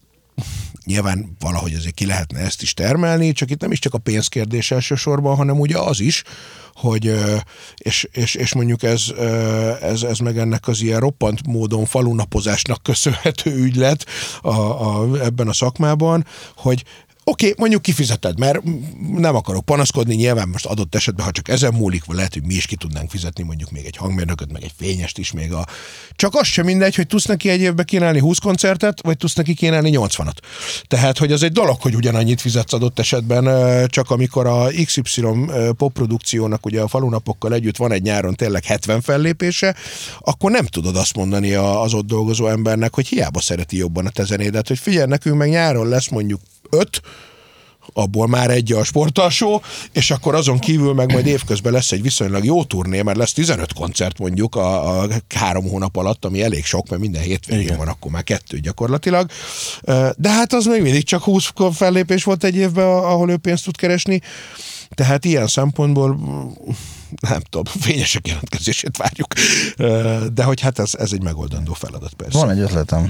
nyilván valahogy azért ki lehetne ezt is termelni, csak itt nem is csak a pénzkérdés elsősorban, hanem ugye az is, hogy, és, és, és mondjuk ez, ez, ez meg ennek az ilyen roppant módon falunapozásnak köszönhető ügylet a, a, ebben a szakmában, hogy oké, okay, mondjuk kifizeted, mert nem akarok panaszkodni, nyilván most adott esetben, ha csak ezen múlik, vagy lehet, hogy mi is ki tudnánk fizetni mondjuk még egy hangmérnököt, meg egy fényest is még a... Csak az sem mindegy, hogy tudsz neki egy évbe kínálni húsz koncertet, vagy tudsz neki kínálni nyolcvanat. Tehát, hogy az egy dolog, hogy ugyanannyit fizetsz adott esetben, csak amikor a iksz ipszilon popprodukciónak ugye a falunapokkal együtt van egy nyáron tényleg hetven fellépése, akkor nem tudod azt mondani az ott dolgozó embernek, hogy hiába szereti jobban a te zenédet, hogy figyelj, nekünk meg nyáron lesz mondjuk öt, abból már egy a sportalsó, és akkor azon kívül meg majd évközben lesz egy viszonylag jó turné, mert lesz tizenöt koncert mondjuk a, a három hónap alatt, ami elég sok, mert minden hétvégén van, akkor már kettő gyakorlatilag. De hát az még mindig csak húsz fellépés volt egy évben, ahol ő pénzt tud keresni. Tehát ilyen szempontból nem tudom, fényesek jelentkezését várjuk. De hogy hát ez, ez egy megoldandó feladat persze. Van egy ötletem.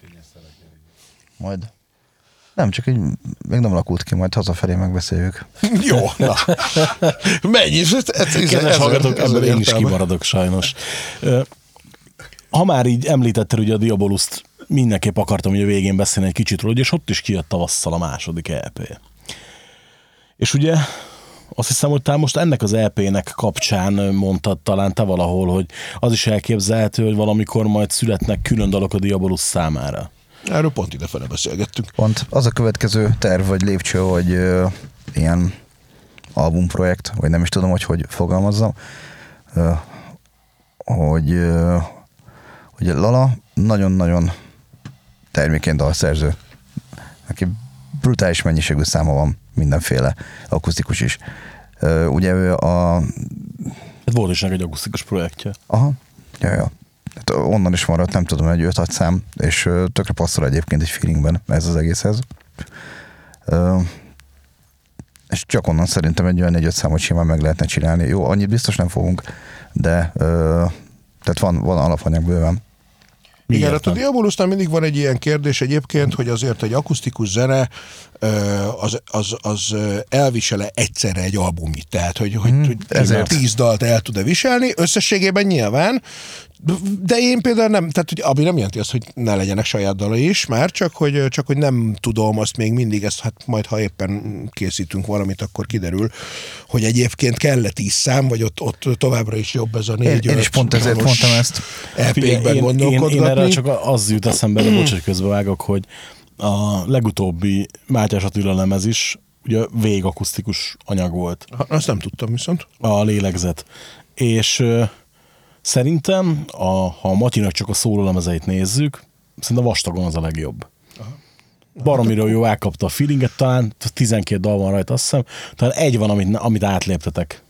Majd nem, csak így még nem alakult ki, majd hazafelé megbeszéljük. Jó, na. Mennyi? Kedves hallgatók, ebből én is kimaradok sajnos. Ha már így említetted ugye a Diabolust, mindenképp akartam ugye a végén beszélni egy kicsit róla, és ott is kijött tavasszal a második é pé. És ugye azt hiszem, hogy talán most ennek az é pének kapcsán mondtad talán te valahol, hogy az is elképzelhető, hogy valamikor majd születnek külön dalok a Diabolus számára. Erről pont idefele beszélgettünk. Pont az a következő terv vagy lépcső, hogy uh, ilyen albumprojekt, vagy nem is tudom, hogy hogy fogalmazzam, uh, hogy, uh, hogy Lala nagyon-nagyon termékén dalszerző. Neki brutális mennyiségű száma van, mindenféle, akusztikus is. Ugye ő a... Volt is egy akusztikus projektje. Aha, ja, ja. Hát onnan is maradt, nem tudom, egy öt-hat szám, és tökre passzol egyébként egy feelingben ez az egészhez. És csak onnan szerintem egy olyan négy-öt számot simán meg lehetne csinálni. Jó, annyit biztos nem fogunk, de tehát van, van alapanyag bőven. Igen, hát a Diabolusnál mindig van egy ilyen kérdés egyébként, hogy azért egy akusztikus zene az, az, az elvisele egyszerre egy albumit. Tehát, hogy, hmm, hogy, hogy tíz dalt el tud-e viselni, összességében nyilván, de én például nem, tehát hogy ami nem jelenti azt, hogy ne legyenek saját dalai is, már csak hogy, csak hogy nem tudom azt még mindig, ezt hát majd ha éppen készítünk valamit, akkor kiderül, hogy egyébként kell-e tíz szám, vagy ott, ott továbbra is jobb ez a négy. Én, én is pont ezért mondtam ezt. é pé-kben gondolkodgatni. Én, én erre csak az jut eszembe, de bocs, hogy közbevágok, hogy a legutóbbi Mátyás Attila lemez is ugye végig akusztikus anyag volt. Azt nem tudtam viszont. A lélegzet. És szerintem, a, ha a Matyinak csak a szólólemezeit nézzük, szerintem vastagon az a legjobb. Baromiról jó elkapta a feelinget, talán tizenkét dal van rajta, azt hiszem, talán egy van, amit, amit átléptetek.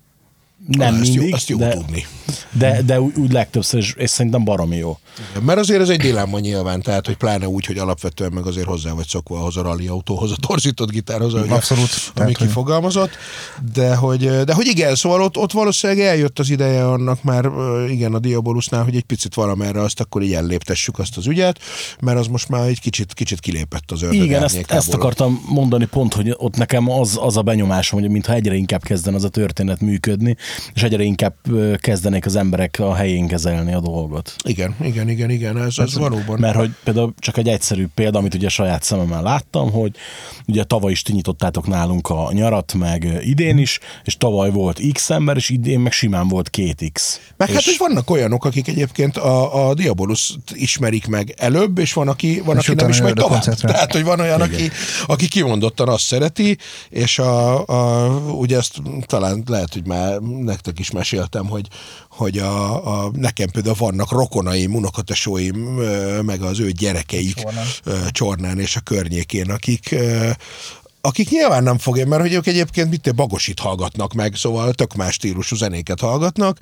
Nem ah, mindig, jó, azt jó de, tudni. De, de úgy, úgy legtöbbször, és, és szerintem baromi jó. Igen, mert azért ez egy dilemma nyilván, tehát hogy pláne úgy, hogy alapvetően meg azért hozzá vagy szokva ahhoz a rally autóhoz, a torzított gitárhoz, ahogy abszolút, a, ami kifogalmazott, de hogy, de hogy igen, szóval ott, ott valószínűleg eljött az ideje annak már, igen, a Diabolusnál, hogy egy picit valamerre azt akkor így elléptessük azt az ügyet, mert az most már egy kicsit, kicsit kilépett az ördög igen, ezt, ezt akartam mondani pont, hogy ott nekem az, az a benyomásom, hogy mintha egyre inkább kezden az a történet működni, és egyre inkább kezdenék az emberek a helyén kezelni a dolgot. Igen, igen, igen, igen, ez, ez valóban. Mert hogy például csak egy egyszerű példa, amit ugye saját szememmel láttam, hogy ugye tavaly is ti nyitottátok nálunk a nyarat, meg idén is, és tavaly volt X ember, és idén meg simán volt két X. Meg és... hát, hogy vannak olyanok, akik egyébként a, a Diabolust ismerik meg előbb, és van, aki, van, aki nem is megy tovább. Tehát, hogy van olyan, aki, aki kimondottan azt szereti, és a, a, ugye ezt talán lehet, hogy már nektek is meséltem, hogy, hogy a, a, nekem például vannak rokonaim, unokatesóim, meg az ő gyerekeik Csornán, Csornán és a környékén, akik akik nyilván nem fogják, mert hogy ők egyébként mit Bagosit hallgatnak meg, szóval tök más stílusú zenéket hallgatnak,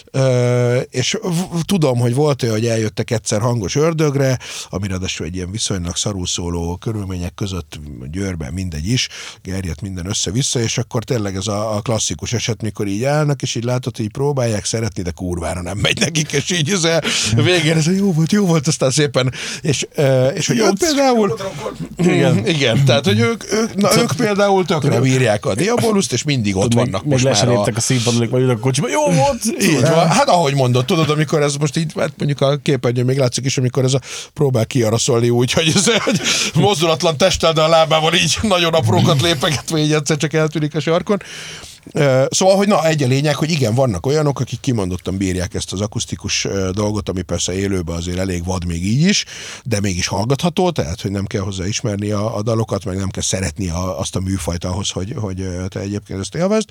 és tudom, hogy volt olyan, hogy eljöttek egyszer Hangos Ördögre, ami ráadásul egy ilyen viszonylag szarul szóló körülmények között Győrben mindegy is, gerjedt minden össze-vissza, és akkor tényleg ez a, a klasszikus eset, mikor így állnak, és így látod, hogy így próbálják szeretni, de kurvára nem megy nekik, és így ez a végén ez a jó volt, jó volt, aztán szépen, és, és hogy ők például igen, igen, tehát, hogy ők, ők na, ők például tökre bírják a Diabolust, és mindig ott még, vannak még most már a... a színpadon, vagy ülök a kocsiba, jó volt! Így van. Hát ahogy mondod, tudod, amikor ez most így, hát mondjuk a képernyőn még látszik is, amikor ez a próbál kiaraszolni úgy, hogy, ez, hogy mozdulatlan testtel, de a lábával így nagyon aprókat lépegetve, így egyszer csak eltűnik a sarkon. Szóval, hogy na, egy a lényeg, hogy igen, vannak olyanok, akik kimondottan bírják ezt az akusztikus dolgot, ami persze élőben azért elég vad még így is, de mégis hallgatható, tehát, hogy nem kell hozzá ismerni a, a dalokat, meg nem kell szeretni a, azt a műfajt ahhoz, hogy, hogy te egyébként ezt élvezd.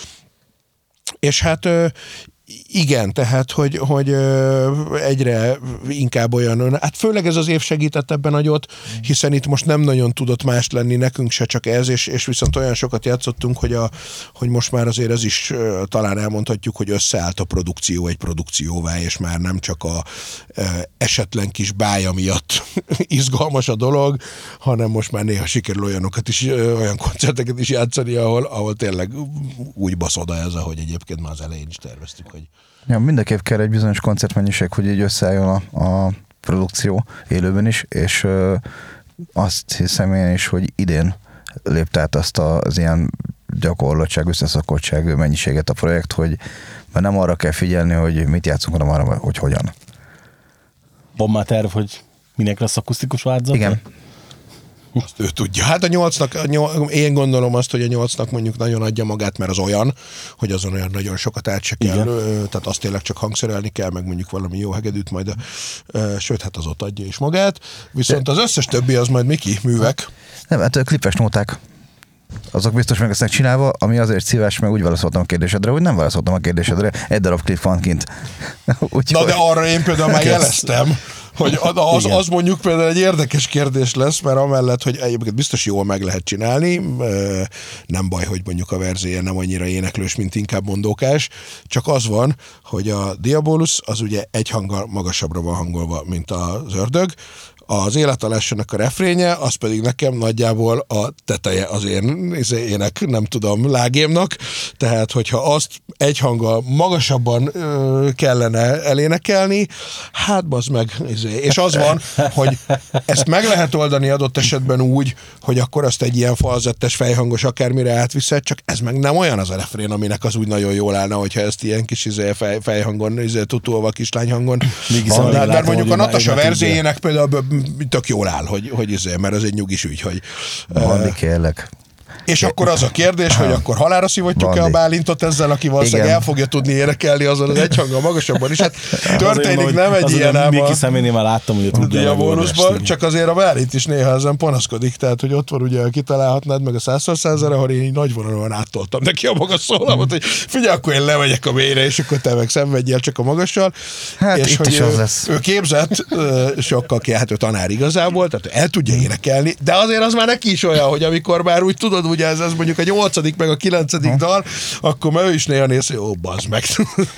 És hát igen, tehát, hogy, hogy egyre inkább olyan, hát főleg ez az év segített ebben nagyot, hiszen itt most nem nagyon tudott más lenni nekünk se, csak ez, és, és viszont olyan sokat játszottunk, hogy, a, hogy most már azért ez is talán elmondhatjuk, hogy összeállt a produkció egy produkcióvá, és már nem csak a esetlen kis bája miatt izgalmas a dolog, hanem most már néha sikerül olyanokat is, olyan koncerteket is játszani, ahol, ahol tényleg úgy basz oda ez, ahogy egyébként már az elején is terveztük. Hogy... Ja, mindenképp kell egy bizonyos koncertmennyiség, hogy így összeálljon a, a produkció élőben is, és ö, azt hiszem én is, hogy idén lépte át azt az ilyen gyakorlatság, összeszakottság mennyiséget a projekt, hogy már nem arra kell figyelni, hogy mit játszunk, hanem arra, hogy hogyan. Van már terv, hogy minek lesz akusztikus változat? Igen. Azt ő tudja. Hát a nyolcnak, a nyolc, én gondolom azt, hogy a nyolcnak mondjuk nagyon adja magát, mert az olyan, hogy azon olyan nagyon sokat át se kell, tehát azt tényleg csak hangszerelni kell, meg mondjuk valami jó hegedűt majd, a, sőt, hát az ott adja is magát. Viszont az összes többi az majd Miki művek. Nem, hát klipes nóták. Azok biztos meg lesznek csinálva, ami azért szíves, meg úgy válaszoltam a kérdésedre, hogy nem válaszoltam a kérdésedre, egy darab klip van kint. Na de arra én például már jeleztem, hogy az, az mondjuk például egy érdekes kérdés lesz, mert amellett, hogy egyébként biztos jól meg lehet csinálni, nem baj, hogy mondjuk a verzéje nem annyira éneklős, mint inkább mondókás, csak az van, hogy a Diabolus az ugye egy hanggal magasabbra van hangolva, mint az ördög, az életalássának a refrénye, az pedig nekem nagyjából a teteje az én ének, nem tudom, lágémnak, tehát hogyha azt egy hanggal magasabban ö, kellene elénekelni, hát bazd meg, és az van, hogy ezt meg lehet oldani adott esetben úgy, hogy akkor azt egy ilyen falzettes fejhangos akármire átviszed, csak ez meg nem olyan az a refrén, aminek az úgy nagyon jól állna, hogyha ezt ilyen kis izé, fej, fejhangon, izé, tutulva kislányhangon. Mert mondjuk a Natasha verzéjének például tök jól áll, hogy, hogy izé, mert ez egy nyugis ügy, hogy... Bandi, kérlek. És akkor az a kérdés, hogy akkor halálra szívotjuk-e a Bálintot ezzel, aki valószínűleg el fogja tudni énekelni azon az egyhanggal magasabban is. Hát történik, nem egy ilyen ám Miki szeménél már láttam, hogy a Diabolusban, csak azért a Bálint is néha ezen panaszkodik, tehát hogy ott van ugye, kitalálhatnád meg a százszor százára, ahol én így nagyvonalúan áttoltam neki a magas szólamot, hogy figyelj, akkor én lemegyek a mélyre, és akkor te meg szenvedjél csak a magassal. Hát és itt hogy is ő, az lesz. ő képzett, sokkal ki, hát ő tanár igazából, tehát el tudja énekelni, de azért az már neki is olyan, hogy amikor már úgy tudod, ugye ez, ez mondjuk a nyolcadik meg a kilencedik dal, akkor már ő is néha néz, hogy ó, bazd meg.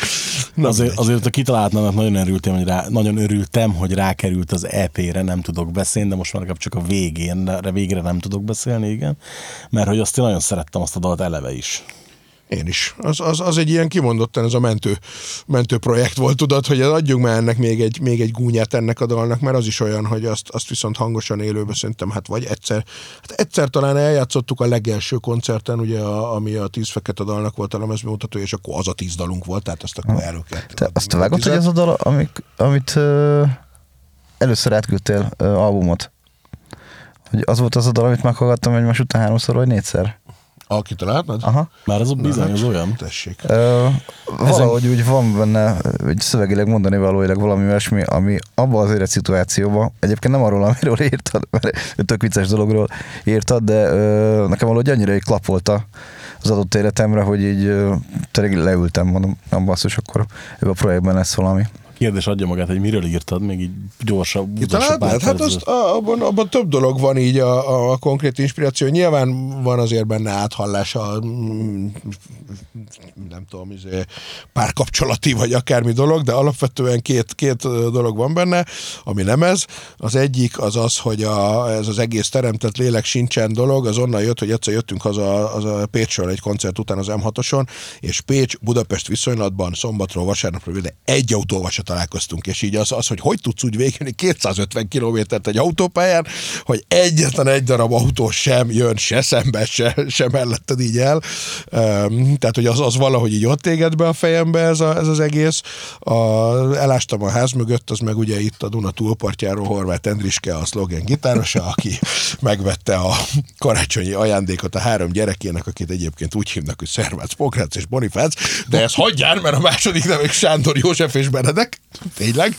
Na, azért, azért a kitalálatlanak nagyon örültem, hogy rá, nagyon örültem, hogy rákerült az é pére, nem tudok beszélni, de most már legalább csak a végén, de végre nem tudok beszélni, igen. Mert hogy azt én nagyon szerettem azt a dalt eleve is. Én is. Az, az, az egy ilyen kimondottan ez a mentő, mentő projekt volt, tudod, hogy adjunk már ennek még egy, még egy gúnyát ennek a dalnak, mert az is olyan, hogy azt, azt viszont hangosan élőbe szerintem, hát vagy egyszer, hát egyszer talán eljátszottuk a legelső koncerten, ugye, a, ami a tíz fekete dalnak volt a lemezbemutató, és akkor az a tíz dalunk volt, tehát azt akkor erről kellett. Te azt vágod, hogy az a dal, amik, amit uh, először átküldtél uh, albumot, hogy az volt az a dal, amit meghallgattam egymás után háromszor vagy négyszer? A kitaláltad? Aha. Már az a bizony, az olyan. Tessék. Ö, valahogy úgy van benne, hogy szövegileg mondani valóilag valami olyasmi, ami abban az élet szituációban, egyébként nem arról, amiről írtad, mert tök vicces dologról írtad, de ö, nekem valahogy annyira így klapolta az adott életemre, hogy így ö, tényleg leültem, mondom, nem basszus, akkor ebben a projektben lesz valami. Kérdés adja magát, hogy miről írtad, még így gyorsabb. Kitaláltad? Hát azt, abban, abban több dolog van így a, a, a konkrét inspiráció. Nyilván van azért benne áthallás a nem tudom, izé, párkapcsolati vagy akármi dolog, de alapvetően két, két dolog van benne, ami nem ez. Az egyik az az, hogy a, ez az egész teremtett lélek sincsen dolog, az onnan jött, hogy egyszer jöttünk haza az a Pécsről egy koncert után az em hatoson, és Pécs Budapest viszonylatban szombatról vasárnapról, de egy autóval se találkoztunk, és így az, az hogy hogy tudsz úgy végigni kétszázötven kilométert egy autópályán, hogy egyetlen egy darab autó sem jön se szembe, se, se melletted így el. Um, tehát, hogy az, az valahogy így ott égett be a fejembe ez, a, ez az egész. A, elástam a ház mögött, az meg ugye itt a Duna túlpartjáról Horváth Endriske, a szlogen gitárosa, aki megvette a karácsonyi ajándékot a három gyerekének, akit egyébként úgy hívnak, hogy Szervác, Pokracz és Bonifác, de ezt hagyjál, mert a második nevük Sándor, József és Benedek. Tényleg.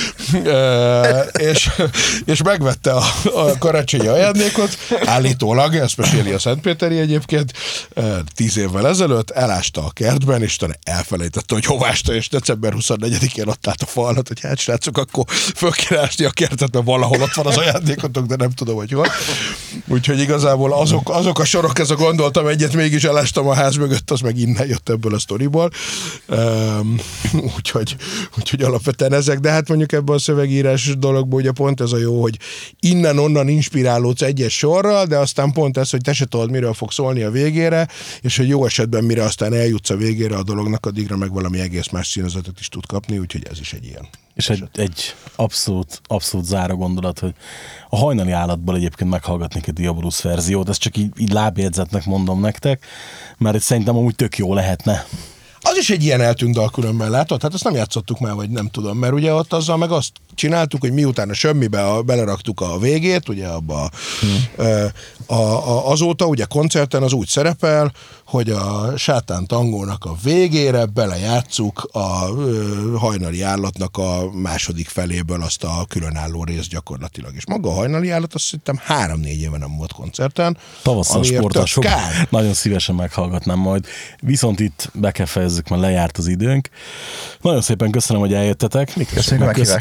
E, és, és megvette a, a karácsonyi ajándékot, állítólag, ezt meséli a Szentpéteri egyébként, tíz évvel ezelőtt elásta a kertben, és utána elfelejtette, hogy hova ásta, és december huszonnegyedikén ott állt a falat, hogy hát srácok, akkor föl kell ásni a kertet, mert valahol ott van az ajándékotok, de nem tudom, hogy hol. Úgyhogy igazából azok, azok a sorok, ez a gondoltam egyet, mégis elástam a ház mögött, az meg innen jött ebből a sztoriból. Um, úgyhogy, úgyhogy alapvetően ezek, de hát mondjuk ebben a szövegírás dologban ugye pont ez a jó, hogy innen-onnan inspirálódsz egyes sorral, de aztán pont ez, hogy te se tudod, miről fog szólni a végére, és hogy jó esetben mire aztán eljutsz a végére a dolognak, addigra meg valami egész más színezetet is tud kapni, úgyhogy ez is egy ilyen. És egy, egy abszolút, abszolút záró gondolat, hogy a hajnali állatból egyébként meghallgatnék egy Diabolus verziót, ezt csak így, így lábjegyzetnek mondom nektek, mert szerintem amúgy tök jó lehetne. Az is egy ilyen eltűnt dal különben, látod? Hát azt nem játszottuk már, vagy nem tudom, mert ugye ott azzal meg azt csináltuk, hogy miután a semmibe a, beleraktuk a végét, ugye abba hmm. a, a, azóta ugye koncerten az úgy szerepel, hogy a Sátán tangónak a végére belejátszuk a ö, hajnali állatnak a második feléből azt a különálló részt gyakorlatilag. És maga a hajnali állat azt szerintem három-négy éve nem volt koncerten. Tavasszal sportosok. Nagyon szívesen meghallgatnám majd. Viszont itt be kell fejezzük, mert lejárt az időnk. Nagyon szépen köszönöm, hogy eljöttetek. Köszönjük a meghívást. Köszönjük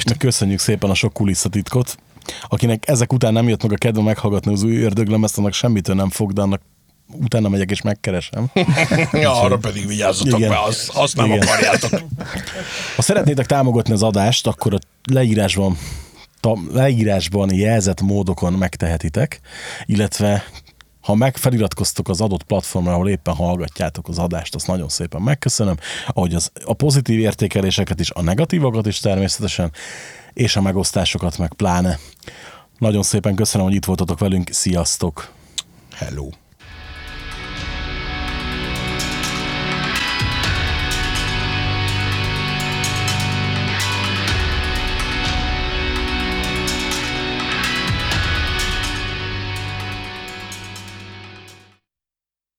köszönjük szépen a sok kulisszatitkot. Akinek ezek után nem jött meg a kedve meghallgatni az új ördöglemezt, annak semmitől nem fog, de annak utána megyek és megkeresem. Ja, arra pedig vigyázzatok, Igen. mert azt, azt nem Igen. akarjátok. Ha szeretnétek támogatni az adást, akkor a leírásban, a leírásban jelzett módokon megtehetitek, illetve ha megfeliratkoztok az adott platformra, ahol éppen hallgatjátok az adást, azt nagyon szépen megköszönöm, ahogy az, a pozitív értékeléseket is, a negatívokat is természetesen, és a megosztásokat meg pláne. Nagyon szépen köszönöm, hogy itt voltatok velünk, sziasztok! Hello!